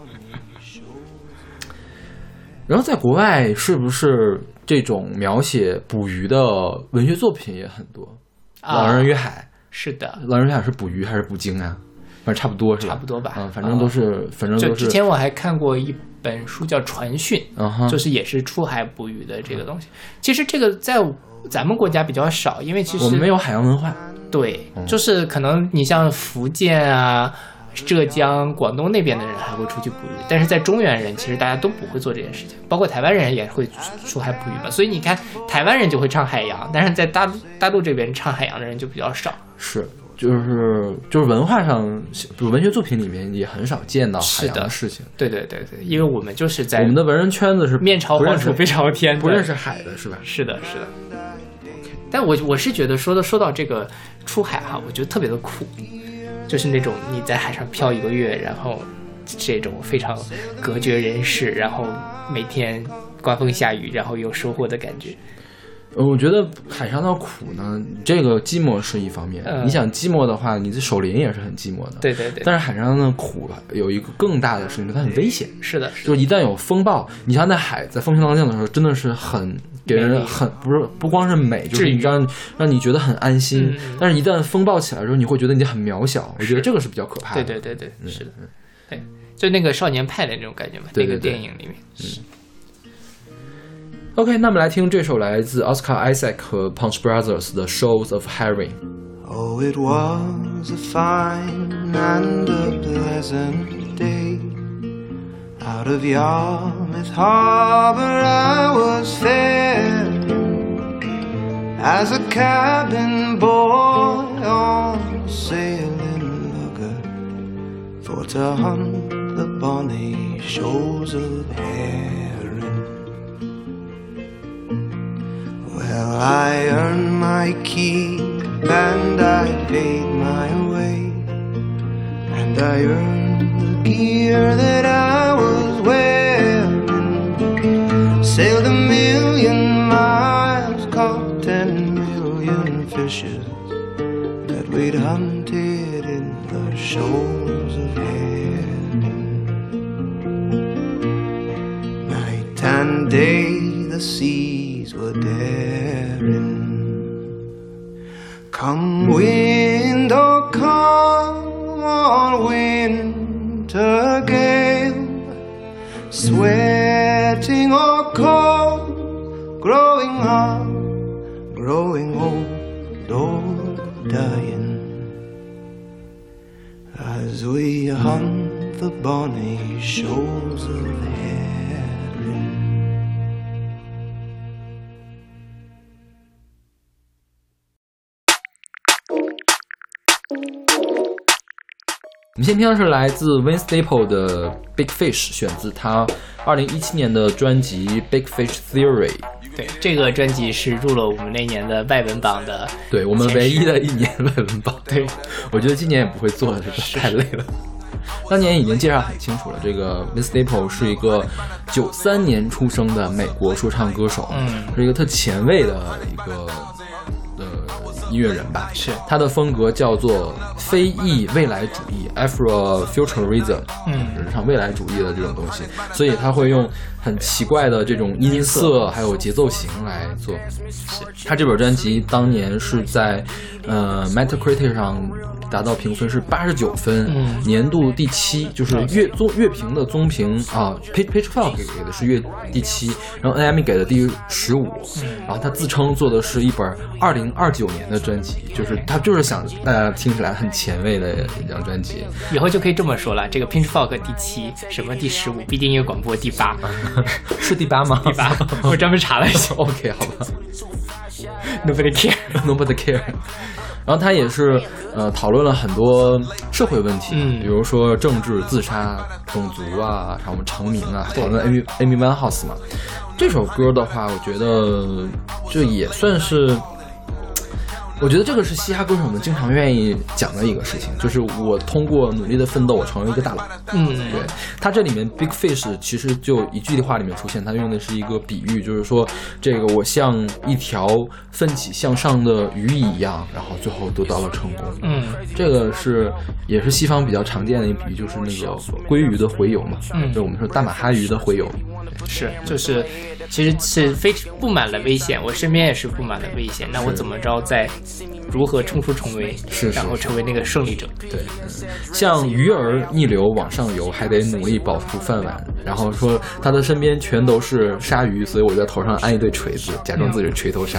然后在国外是不是这种描写捕鱼的文学作品也很多？狼人与海是的， 狼人与海是捕鱼还是捕鲸啊？反正差不多是吧？ 差不多吧。 反正都是。 就之前我还看过一本书叫《传讯》，就是也是出海捕鱼的这个东西。其实这个在咱们国家比较少，因为其实我们没有海洋文化。 对，就是可能你像福建啊、浙江、广东那边的人还会出去捕鱼，但是在中原人其实大家都不会做这件事情，包括台湾人也会出海捕鱼嘛。所以你看，台湾人就会唱海洋，但是在大陆这边唱海洋的人就比较少。 是，就是文化上，比如文学作品里面也很少见到海洋的事情。 对，因为我们就是在我们的文人圈子是面朝黄土背朝天， 不认识海的是吧？ 是的。但我是觉得说到这个出海哈，我觉得特别的酷。就是那种你在海上漂1个月，然后这种非常隔绝人世，然后每天刮风下雨，然后有收获的感觉。 我觉得海上的苦呢，这个寂寞是一方面。你想寂寞的话，你的守林也是很寂寞的。 对。 但是海上的苦有一个更大的事情，它很危险。 是的。 就一旦有风暴，你像在风平浪静的时候，真的是很给人不光是美，就是让你觉得很安心。但是一旦风暴起来的时候，你会觉得你很渺小。我觉得这个是比较可怕的。 对，是的。对，就那个少年派的那种感觉嘛，那个电影里面。 OK， 那么来听这首来自 Oscar Isaac 和 Punch Brothers 的 Shoals of Herring。 Oh, it was a fine and a pleasant day. Out of Yarmouth Harbour I was faring as a cabin boy on a sailing lugger, for to hunt the bonny shoals of herring.Well, I earned my keep and I paid my way, and I earned the gear that I was wearing. Sailed 1,000,000 miles, caught 10,000,000 fishes that we'd hunted in the shoals of herring. Night and day the seas.Were daring. Come wind or come on winter gale, sweating or cold, growing up, growing old or dying, as we hunt the bonny shoals of herring. 我们先听的是来自 Vince Staple 的 Big Fish， 选自他2017年的专辑 Big Fish Theory。 对，这个专辑是入了我们那年的外文榜的， 对，我们唯一的一年外文榜。 对， 我觉得今年也不会做了，太累了。 当年已经介绍很清楚了，这个 Vince Staples 是一个93年出生的美国说唱歌手，是一个特前卫的一个音乐人吧， 是他的风格叫做非裔未来主义 Afrofuturism， 是唱未来主义的这种东西，所以他会用很奇怪的这种音色还有节奏型来做。他这本专辑当年是在Metacritic 上达到评分是89分，年度第7，就是乐评的综评啊 ，Pitchfork 给的是第7，然后 NME 给的第15，然后他自称做的是一本2029年的专辑，就是他就是想大家听起来很前卫的一张专辑。 以后就可以这么说了，这个 Pitchfork 第7，什么第15，必定音乐广播第8， 是第8吗？ 第8，我专门查了一下。 OK， 好吧。 Nobody care。 然后他也是讨论了很多社会问题，比如说政治、自杀、种族啊，然后成名啊，讨论 Amy Winehouse 嘛。这首歌的话，我觉得就也算是。我觉得这个是嘻哈歌手们经常愿意讲的一个事情，就是我通过努力的奋斗，我成为一个大佬。对，他这里面 Big Fish 其实就一句话里面出现，他用的是一个比喻，就是说这个我像一条奋起向上的鱼一样，然后最后得到了成功。这个也是西方比较常见的一个比喻，就是那个鲑鱼的洄游嘛，就我们说大马哈鱼的洄游。 是，就是其实是布满了危险，我身边也是布满了危险，那我怎么着在如何冲出重围，然后成为那个胜利者。 对，像鱼儿逆流往上游，还得努力保住饭碗。然后说他的身边全都是鲨鱼，所以我在头上安一对锤子，假装自己是锤头鲨。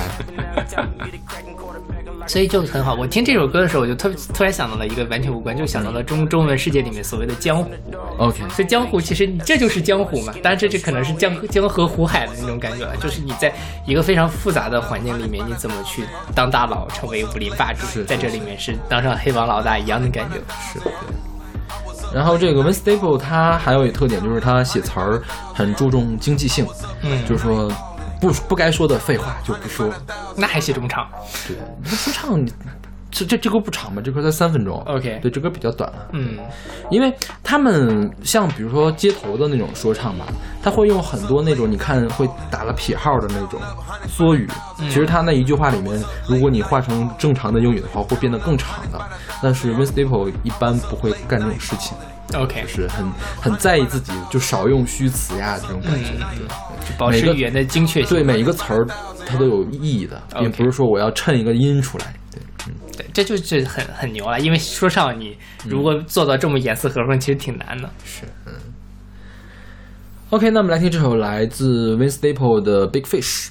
所以就很好。我听这首歌的时候，我就突然想到了一个完全无关，就想到了中文世界里面所谓的江湖。 OK， 所以江湖其实这就是江湖嘛，当然这可能是江河湖海的那种感觉了，就是你在一个非常复杂的环境里面，你怎么去当大佬，成为武林霸主，在这里面是当上黑帮老大一样的感觉。 是，对。然后这个 Vince Staples 他还有一个特点，就是他写词儿很注重经济性，就是说。不该说的废话就不说， 那还写这么长？ 对，说唱这歌不长吧？这歌才3分钟。 OK， 对，这歌比较短了。因为他们像比如说街头的那种说唱吧，他会用很多那种你看会打了撇号的那种缩语，其实他那一句话里面，如果你换成正常的英语的话，会变得更长的。但是 Vince Staples 一般不会干这种事情。 OK， 就是很在意自己，就少用虚词呀这种感觉， 对，保持语言的精确性。 对，每一个词儿它都有意义的，并不是说我要衬一个音出来。 对，这就是很牛了，因为说唱你如果做到这么严丝合缝，其实挺难的。 是，OK， 那我们来听这首来自 Vince Staples 的 Big Fish。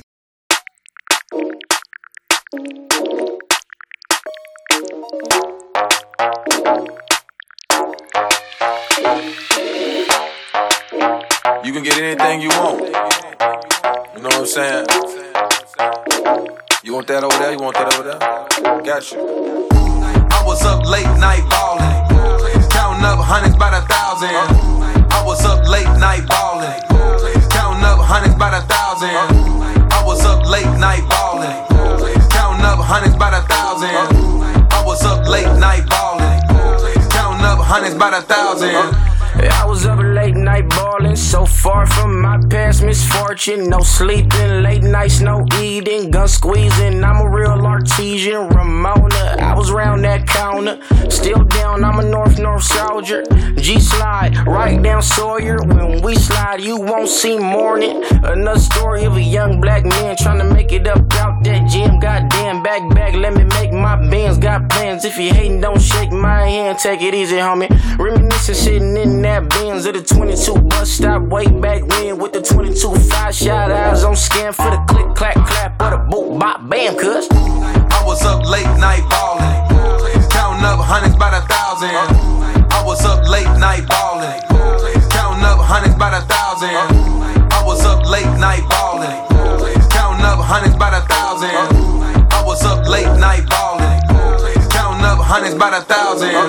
You can get anything you want. You know what I'm saying? You want that over there? You want that over there? Got you. I was up late night ballin', counting up hundreds by the thousand. I was up late night ballin', counting up hundreds by the thousand. I was up late night ballin', counting up hundreds by the thousand. I was up late night ballin', counting up hundreds by the thousand. I was up late night ballin', so far from my past misfortune. No sleeping, late nights, no eating, gun squeezing. I'm a real artesian, Ramona. I was round that counter, still down. I'm a North soldier. G-slide, right down Sawyer. When we slide, you won't see morning. Another story of a young black man trying to make it up out that gym. Goddamn, back, let me make my bands. Got plans. If you hating, don't shake my hand. Take it easy, homie. Reminiscing, sitting in that Benz at the 22 bus stop way back when with the 22-5 shot eyes on scan for the click clack clap or the boop bop bam. Cuz I was up late night ballin', counting up hundreds by the thousand. I was up late night ballin', counting up hundreds by the thousand. I was up late night ballin', counting up hundreds by the thousand. I was up late night ballin', counting up hundreds by the thousand.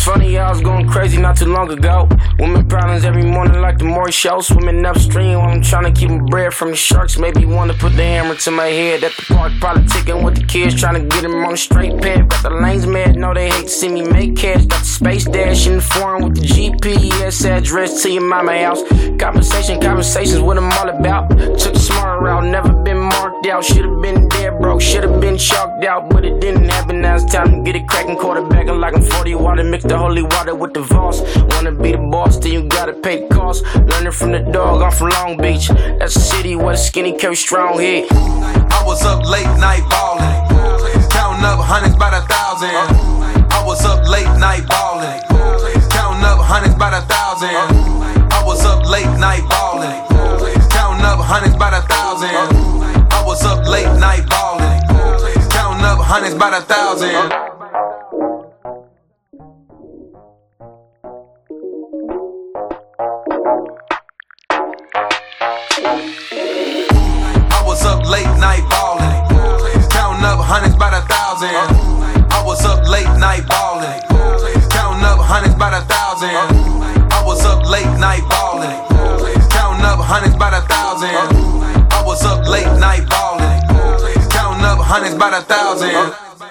funny, I was going crazy not too long ago. Women problems every morning like the Maury show. Swimming upstream while I'm trying to keep my bread from the sharks. Maybe want to put the hammer to my head at the park. Politicking with the kids, trying to get them on the straight path. Got the lanes mad, know they hate to see me make cash. Got the space dash in the foreign with the GPS address to your mama house. Conversations what I'm all about. Took the smart route, never been marked out. Should've been dead broke, should've been chalked out, but it didn't happen. Now it's time to get it cracking, quarterbacking like I'm 40 water. Mix the holy water with the Voss. Wanna be the boss, then you gotta pay the cost. Learning from the dog, I'm from Long Beach. That's a city where the skinny carry strong heat. I was up late night ballin', counting up hundreds by the thousand. I was up late night ballin', counting up hundreds by the thousand. I was up late night ballin', counting up hundreds by the thousand. I was up late night ballin', counting up hundreds by the thousand. I was up late night ballin', counting up hundreds by the thousand. I was up late night ballin', counting up hundreds by the thousand. I was up late night ballin', counting up hundreds by the thousand. I was up late night ballin', counting up hundreds by the thousand.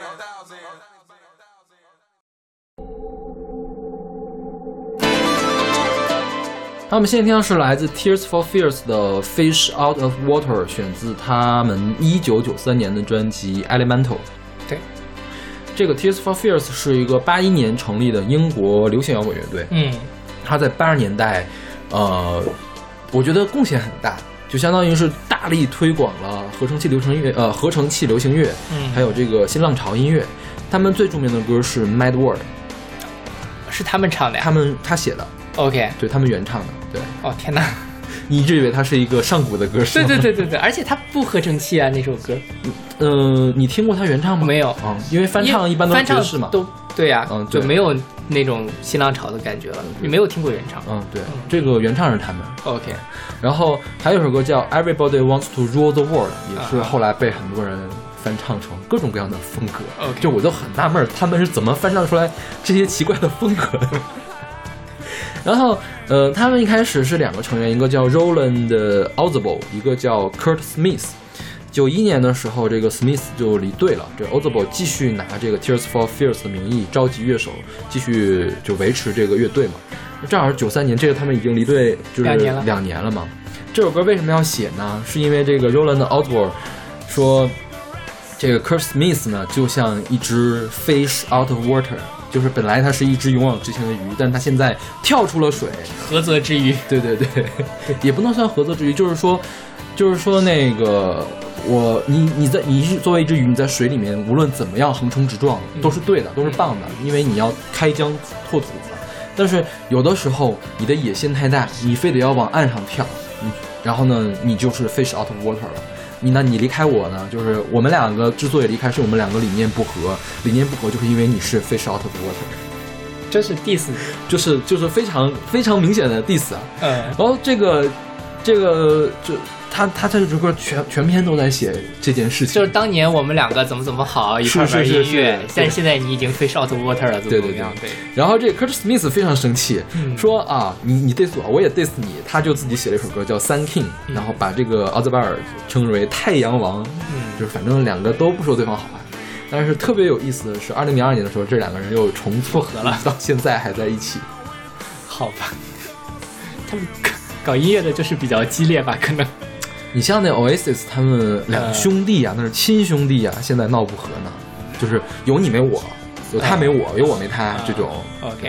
那我们现在听到是来自 Tears for Fears 的 Fish Out of Water， 选自他们1993年的专辑 Elemental。 对， 这个 Tears for Fears 是一个81年成立的英国流行摇滚乐队。他在80年代我觉得贡献很大，就相当于是大力推广了合成器流行乐，还有这个新浪潮音乐。他们最著名的歌是 Mad World， 是他们唱的呀？ 他写的。 OK， 对，他们原唱的。对， 哦天哪， 你一直以为他是一个上古的歌手？ 对，而且他不合成器啊，那首歌。 你听过他原唱吗？ 没有因为翻唱一般都是爵士嘛。 都对呀， 对， 就没有那种新浪潮的感觉了。你没有听过原唱？ 对，这个原唱是他们。 OK， 然后还有一首歌叫 Everybody Wants to Rule the World， 也是后来被很多人翻唱成各种各样的风格。就我都很纳闷，他们是怎么翻唱出来这些奇怪的风格的。然后他们一开始是2个成员，一个叫 Roland Orzabal， 一个叫 Kurt Smith。91年的时候，这个 Smith 就离队了，这 Orzabal 继续拿这个 Tears for Fears 的名义召集乐手，继续就维持这个乐队嘛。正好是93年，这个他们已经离队就是2年了嘛。这首歌为什么要写呢？是因为这个 Roland Orzabal 说，这个 Kurt Smith 呢就像一只 fish out of water。就是本来它是一只勇往直前的鱼，但它现在跳出了水， 合则之鱼。 对，也不能算合则之鱼，就是说那个你作为一只鱼，你在水里面无论怎么样横冲直撞都是对的，都是棒的，因为你要开疆拓土嘛。但是有的时候你的野心太大，你非得要往岸上跳，然后呢，你就是 fish out of water 了。你离开我呢，就是我们2个之所以离开，是我们2个理念不合，就是因为你是 fish out of water， 这是 diss， 就是非常非常明显的 diss 啊。然后这个就他这首歌全篇都在写这件事情， 就是当年我们2个怎么好一块玩音乐，但现在你已经 fish out of water 了，怎么样？对。 然后这个 Kurt Smith 非常生气，说啊，你 diss 我，我也 diss 你，他就自己写了一首歌叫 Sun King， 然后把这个奥兹巴尔称为太阳王，就是反正2个都不说对方好话。但是特别有意思的是，2002年的时候，这2个人又重复合了，到现在还在一起。 好吧，他们搞音乐的就是比较激烈吧，可能。 你像那 Oasis 他们2个兄弟啊，那是亲兄弟啊，现在闹不和呢，就是有你没我，有他没我，有我没他这种。 OK，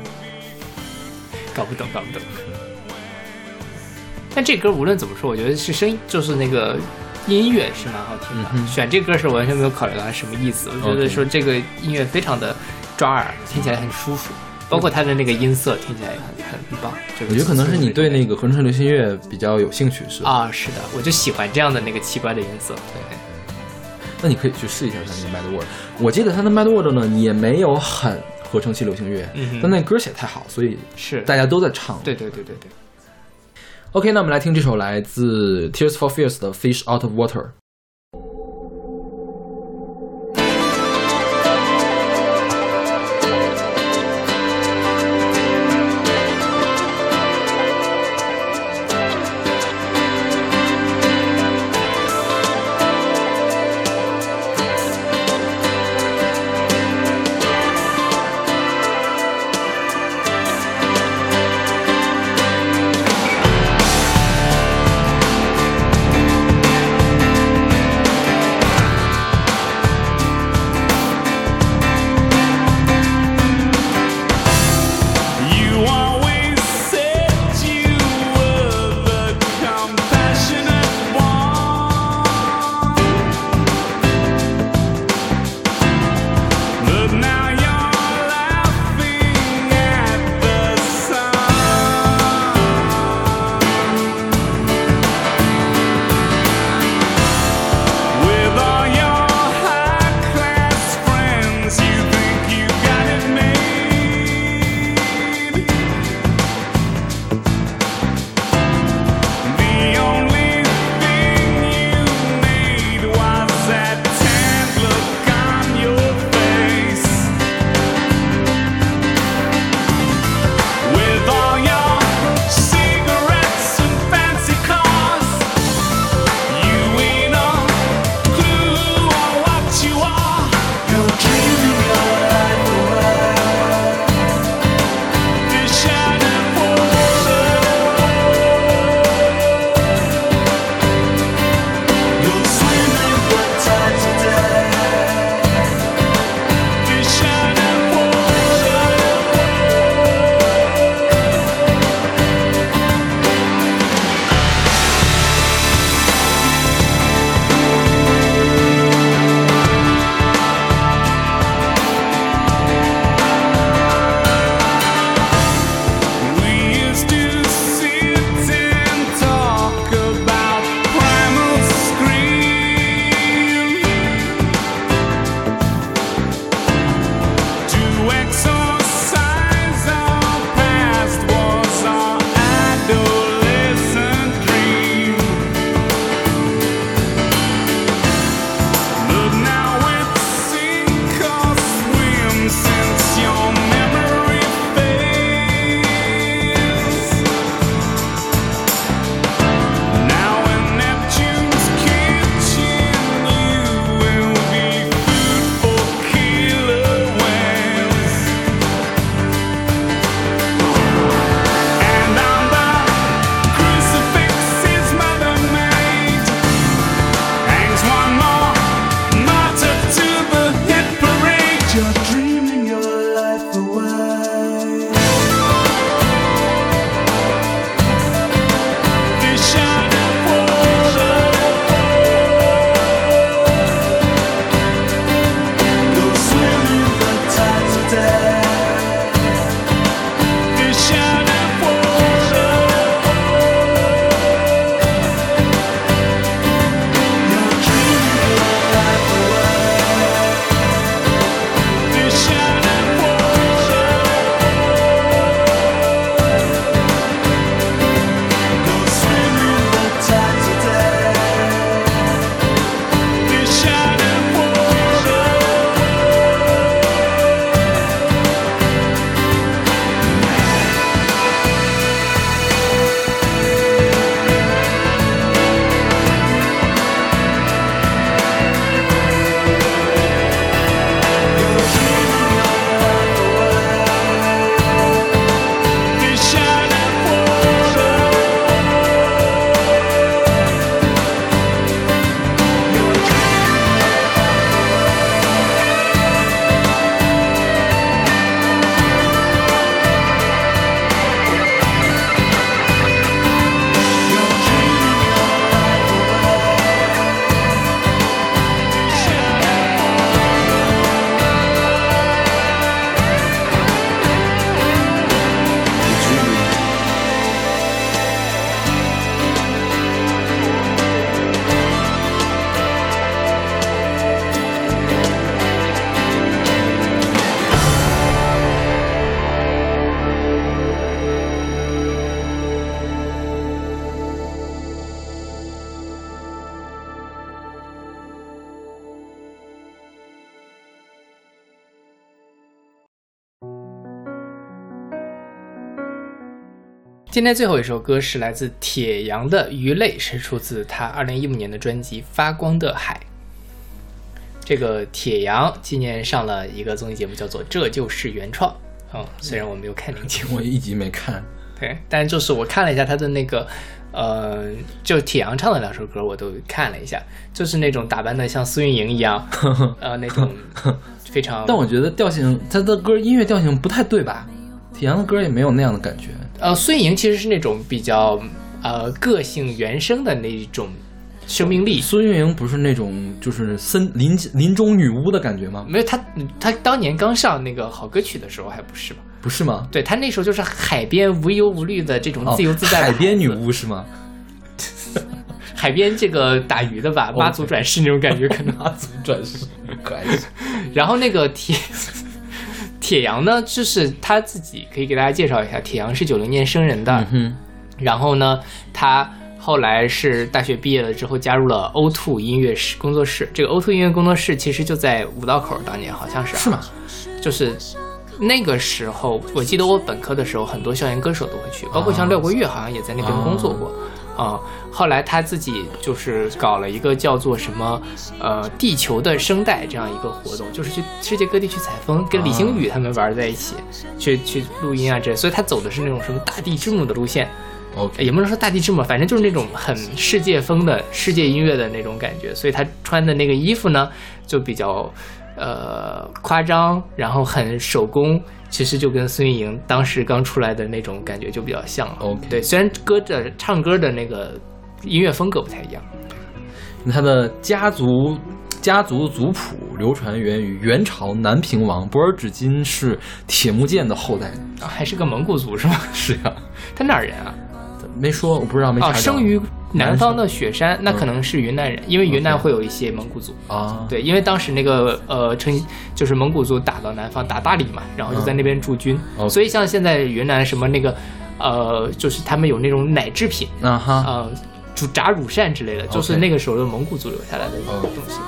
搞不懂。但这歌无论怎么说，我觉得是就是那个音乐是蛮好听的。选这歌时完全没有考虑到它什么意思，我觉得说这个音乐非常的抓耳，听起来很舒服。包括它的那个音色听起来也很棒。 我觉得可能是你对那个合成流行乐比较有兴趣，是吧？ 啊，是的，我就喜欢这样的那个奇怪的音色。对， 那你可以去试一下它那个 Mad World。我记得它的 Mad World 呢也没有很合成器流行乐，但那歌写太好，所以是大家都在唱。 对。 OK， 那我们来听这首来自 Tears for Fears 的 Fish Out of Water。 今天最后一首歌是来自铁阳的《鱼类》，是出自他2015年的专辑《发光的海》。这个铁阳今年上了一个综艺节目，叫做《这就是原创》。虽然我没有看那个节目， 我一集没看。 对，但就是我看了一下他的那个，就铁阳唱的2首歌我都看了一下，就是那种打扮的像苏运莹一样，那种非常。 但我觉得调性，他的歌音乐调性不太对吧？铁阳的歌也没有那样的感觉。 苏运莹其实是那种比较个性原生的那种生命力。 苏运莹不是那种就是林中女巫的感觉吗？ 没有，她当年刚上那个好歌曲的时候还不是吧？ 不是吗？ 对，她那时候就是海边无忧无虑的这种自由自在的海边女巫是吗？ 海边这个打鱼的吧，妈祖转世那种感觉可能。 妈祖转世可爱。 然后那个铁阳呢，就是他自己可以给大家介绍一下，铁阳是90年生人的，然后呢，他后来是大学毕业了之后加入了 O2 音乐工作室。这个 O2 音乐工作室其实就在五道口，当年好像是吗？ 就是那个时候，我记得我本科的时候，很多校园歌手都会去，包括像廖国乐好像也在那边工作过。后来他自己就是搞了一个叫做什么地球的声带这样一个活动，就是去世界各地去采风，跟李星宇他们玩在一起，去录音啊这，所以他走的是那种什么大地之母的路线。也不能说大地之母，反正就是那种很世界风的世界音乐的那种感觉，所以他穿的那个衣服呢就比较夸张，然后很手工，其实就跟孙运莹当时刚出来的那种感觉就比较像了。对，虽然唱歌的那个音乐风格不太一样。 他的家族族谱流传源于元朝南平王博尔只金是铁木剑的后代还是个蒙古族是吗？ 是呀。他哪儿人啊？ 没说，我不知道，没查到。 生于南方的雪山，那可能是云南人，因为云南会有一些蒙古族啊。 对，因为当时那个就是蒙古族打到南方打大理嘛，然后就在那边驻军，所以像现在云南什么那个就是他们有那种奶制品炸乳扇之类的，就是那个时候的蒙古族留下来的东西。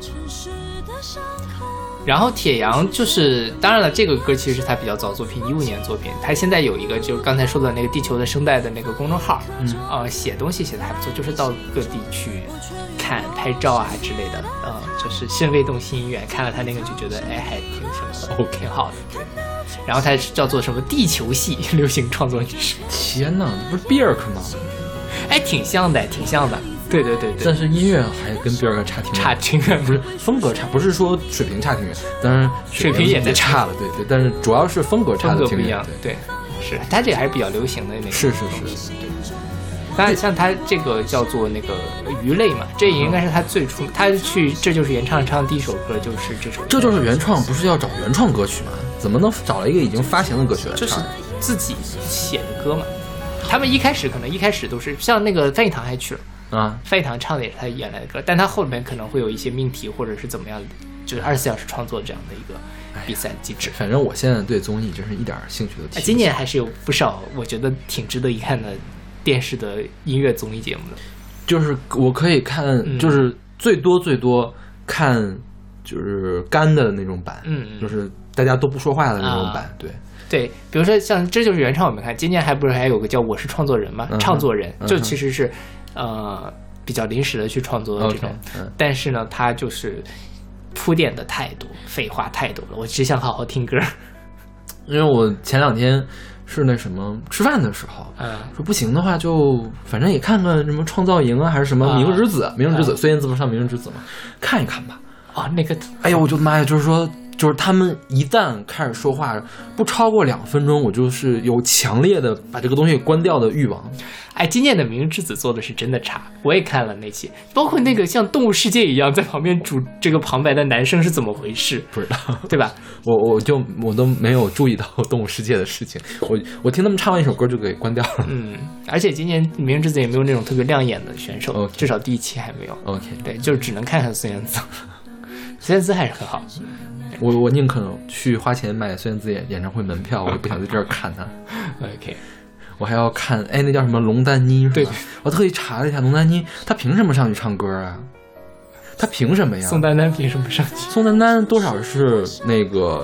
然后铁阳就是当然了，这个歌其实是他比较早作品，15年作品。他现在有一个就是刚才说的那个地球的声带的那个公众号，写东西写的还不错，就是到各地去看拍照啊之类的，就是甚为动心愿。看了他那个就觉得还挺什么的，挺好的。对。然后他叫做什么地球系流行创作女神。 天哪，不是 Björk 吗？ 挺像的，挺像的。对， 但是音乐还跟Björk差挺远，不是风格差，不是说水平差挺远，当然水平也在差了，对，但是主要是风格差的挺远， 对，是他这个还是比较流行的那个， 是， 对。当然，像他这个叫做那个鱼类嘛，这也应该是他最初，他去这就是原唱唱的第一首歌就是这首， 这就是原创，不是要找原创歌曲吗？怎么能找了一个已经发行的歌曲来唱？ 就是自己写的歌嘛。他们一开始都是像那个范逸堂还去了。范逸堂唱的也是他原来的歌，但他后面可能会有一些命题或者是怎么样，就是24小时创作这样的一个比赛机制。 反正我现在对综艺真是一点兴趣都提不起。 今年还是有不少我觉得挺值得一看的电视的音乐综艺节目的。 就是我可以看，就是最多看就是干的那种版，就是大家都不说话的那种版， 对，比如说像这就是原创，我们看今年还不是还有个叫我是创作人吗？唱作人就其实是比较临时的去创作的这种，但是呢，它就是铺垫的太多，废话太多了，我只想好好听歌。 因为我前2天是那什么吃饭的时候，说不行的话就反正也看看什么创造营啊，还是什么明日之子，孙燕姿不上明日之子嘛，看一看吧。 那个， 哎呀，我就妈呀，就是他们一旦开始说话不超过2分钟，我就是有强烈的把这个东西关掉的欲望。 今年的明日之子做的是真的差，我也看了那期，包括那个像动物世界一样在旁边煮这个旁白的男生是怎么回事， 不知道， 对吧？ 我都没有注意到动物世界的事情，我听他们唱完一首歌就给关掉了。 而且今年明日之子也没有那种特别亮眼的选手，至少第一期还没有。 OK， 对，就只能看看孙燕姿，孙燕姿还是很好。 我宁可去花钱买孙燕姿演唱会门票，我也不想在这儿看她。 OK， 我还要看，那叫什么龙丹妮是吧？对，我特意查了一下，龙丹妮她凭什么上去唱歌啊？她凭什么呀？ 宋丹丹凭什么上去？ 宋丹丹多少是那个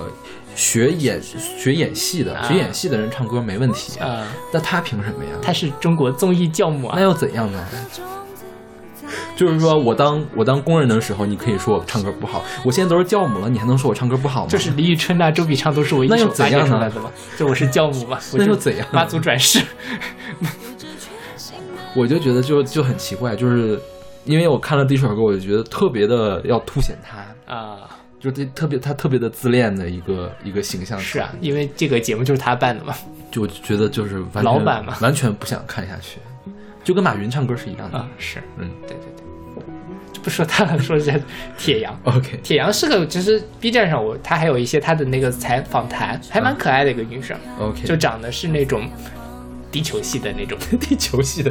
学演戏的，学演戏的人唱歌没问题啊，那他凭什么呀？ 他是中国综艺教母啊， 那又怎样呢？就是说我当工人的时候，你可以说我唱歌不好，我现在都是教母了，你还能说我唱歌不好吗？ 就是李宇春啊、周笔畅都是我一手发掘出来的嘛，就我是教母嘛， 那又怎样？ 妈祖转世。 我就觉得就很奇怪，就是因为我看了第一首歌，我就觉得特别的要凸显他啊，就是他特别的自恋的一个形象。 是啊，因为这个节目就是他办的嘛， 就觉得就是老板嘛， 完全不想看下去，就跟马云唱歌是一样的啊。是，对。不说他了，说一下铁阳。 OK， 铁阳是个，就是 B 站上他还有一些他的那个访谈，还蛮可爱的一个女生。 OK， 就长得是那种地球系的那种， 地球系的，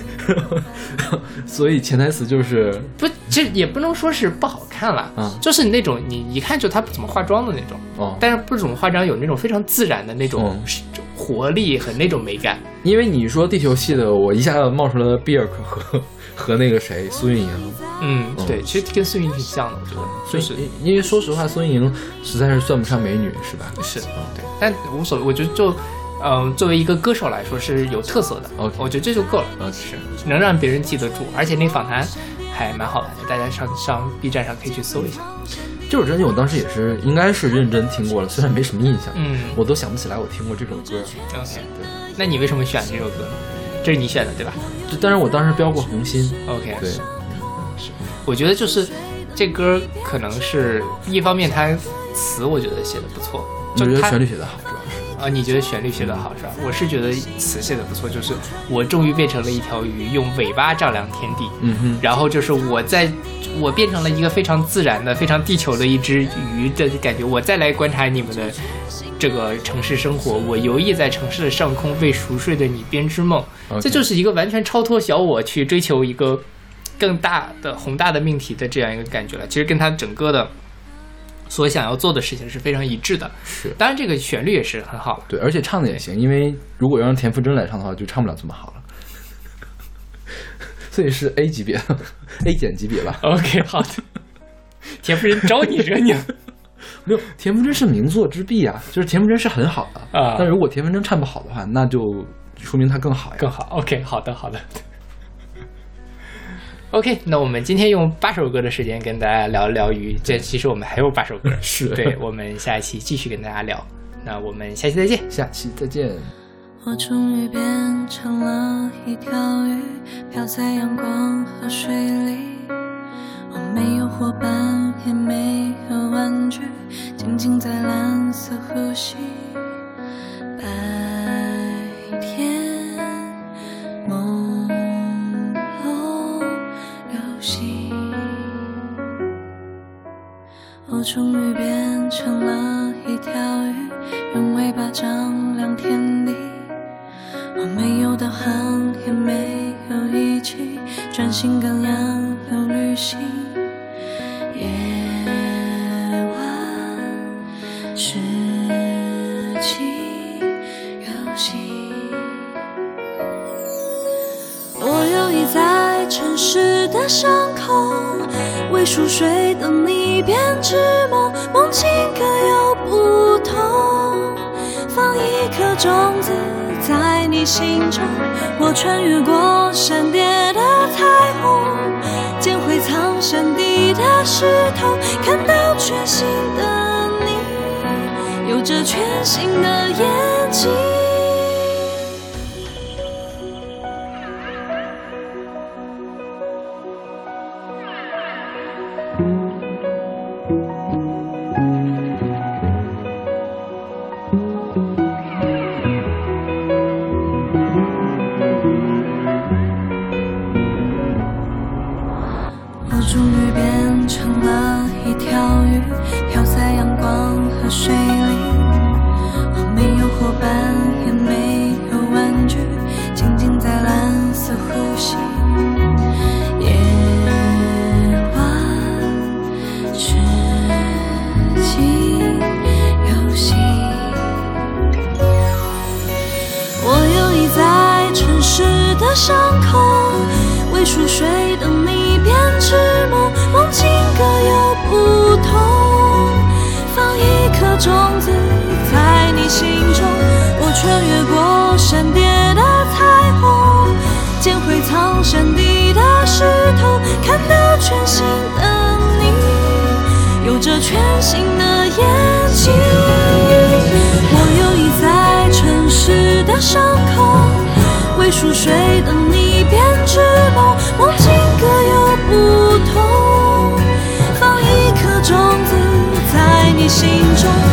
所以潜台词就是不，这也不能说是不好看了，就是那种你一看就他不怎么化妆的那种，但是不怎么化妆有那种非常自然的那种活力和那种美感。 因为你说地球系的，我一下子冒出了比尔克和那个谁苏运莹。 对，其实跟苏运莹挺像的，我觉得。就是因为说实话，苏运莹实在是算不上美女，是吧？ 是，对，但无所谓，我觉得就。作为一个歌手来说是有特色的，我觉得这就够了，是能让别人记得住，而且那个访谈还蛮好玩的，大家上 B 站上可以去搜一下。 这首专辑我当时也是应该是认真听过了，虽然没什么印象，我都想不起来我听过这首歌。 OK， 对，那你为什么选这首歌？这是你选的对吧？ 但是我当时标过红心。 OK， 对， 是，我觉得就是这歌可能是一方面，它词我觉得写的不错， 我觉得旋律写的好，主要是。 你觉得旋律写得好是吧？我是觉得词写得不错，就是我终于变成了一条鱼，用尾巴丈量天地。然后就是我变成了一个非常自然的、非常地球的一只鱼的感觉。我再来观察你们的这个城市生活，我游弋在城市的上空，为熟睡的你编织梦。这就是一个完全超脱小我去追求一个更大的宏大的命题的这样一个感觉了。其实跟他整个的所想要做的事情是非常一致的， 是， 当然这个旋律也是很好的， 对，而且唱的也行，因为如果要让田馥甄来唱的话，就唱不了这么好了，所以是 A 级别，A 减级别吧。 OK， 好的。田馥甄招你惹你了？ 没有，田馥甄是名作之壁啊，就是田馥甄是很好的啊，但如果田馥甄唱不好的话，那就说明他更好呀， 更好。OK， 好的。OK， 那我们今天用8首歌的时间跟大家聊一聊鱼，这其实我们还有8首歌， 是， 对，我们下一期继续跟大家聊。那我们下期再见。 下期再见。 我终于变成了一条鱼，飘在阳光和水里。我没有伙伴，也没有玩具，静静在蓝色呼吸。白天朦胧游戏，我终于变成了一条鱼，用尾巴丈量天地。我没有导航，也没有仪器，专心跟洋流旅行。夜晚拾起游戏，我游弋在城市的上空，为熟睡的你编织梦，梦境各有不同，放一颗种子在你心中，我穿越过闪电的彩虹，捡回藏山底的石头，看到全新的你，有着全新的眼睛。终于变成了一条鱼，飘在阳光和水里。我没有伙伴，也没有玩具，静静在蓝色呼吸。夜晚拾起游戏，我游弋在城市的上空，为熟睡的你编织梦，梦境各有不同，放一颗种子穿越过山叠的彩虹，捡回藏山底的石头，看到全新的你，有着全新的眼睛。我游弋在城市的伤口，为熟睡的你编织梦，梦境各有不同，放一颗种子在你心中。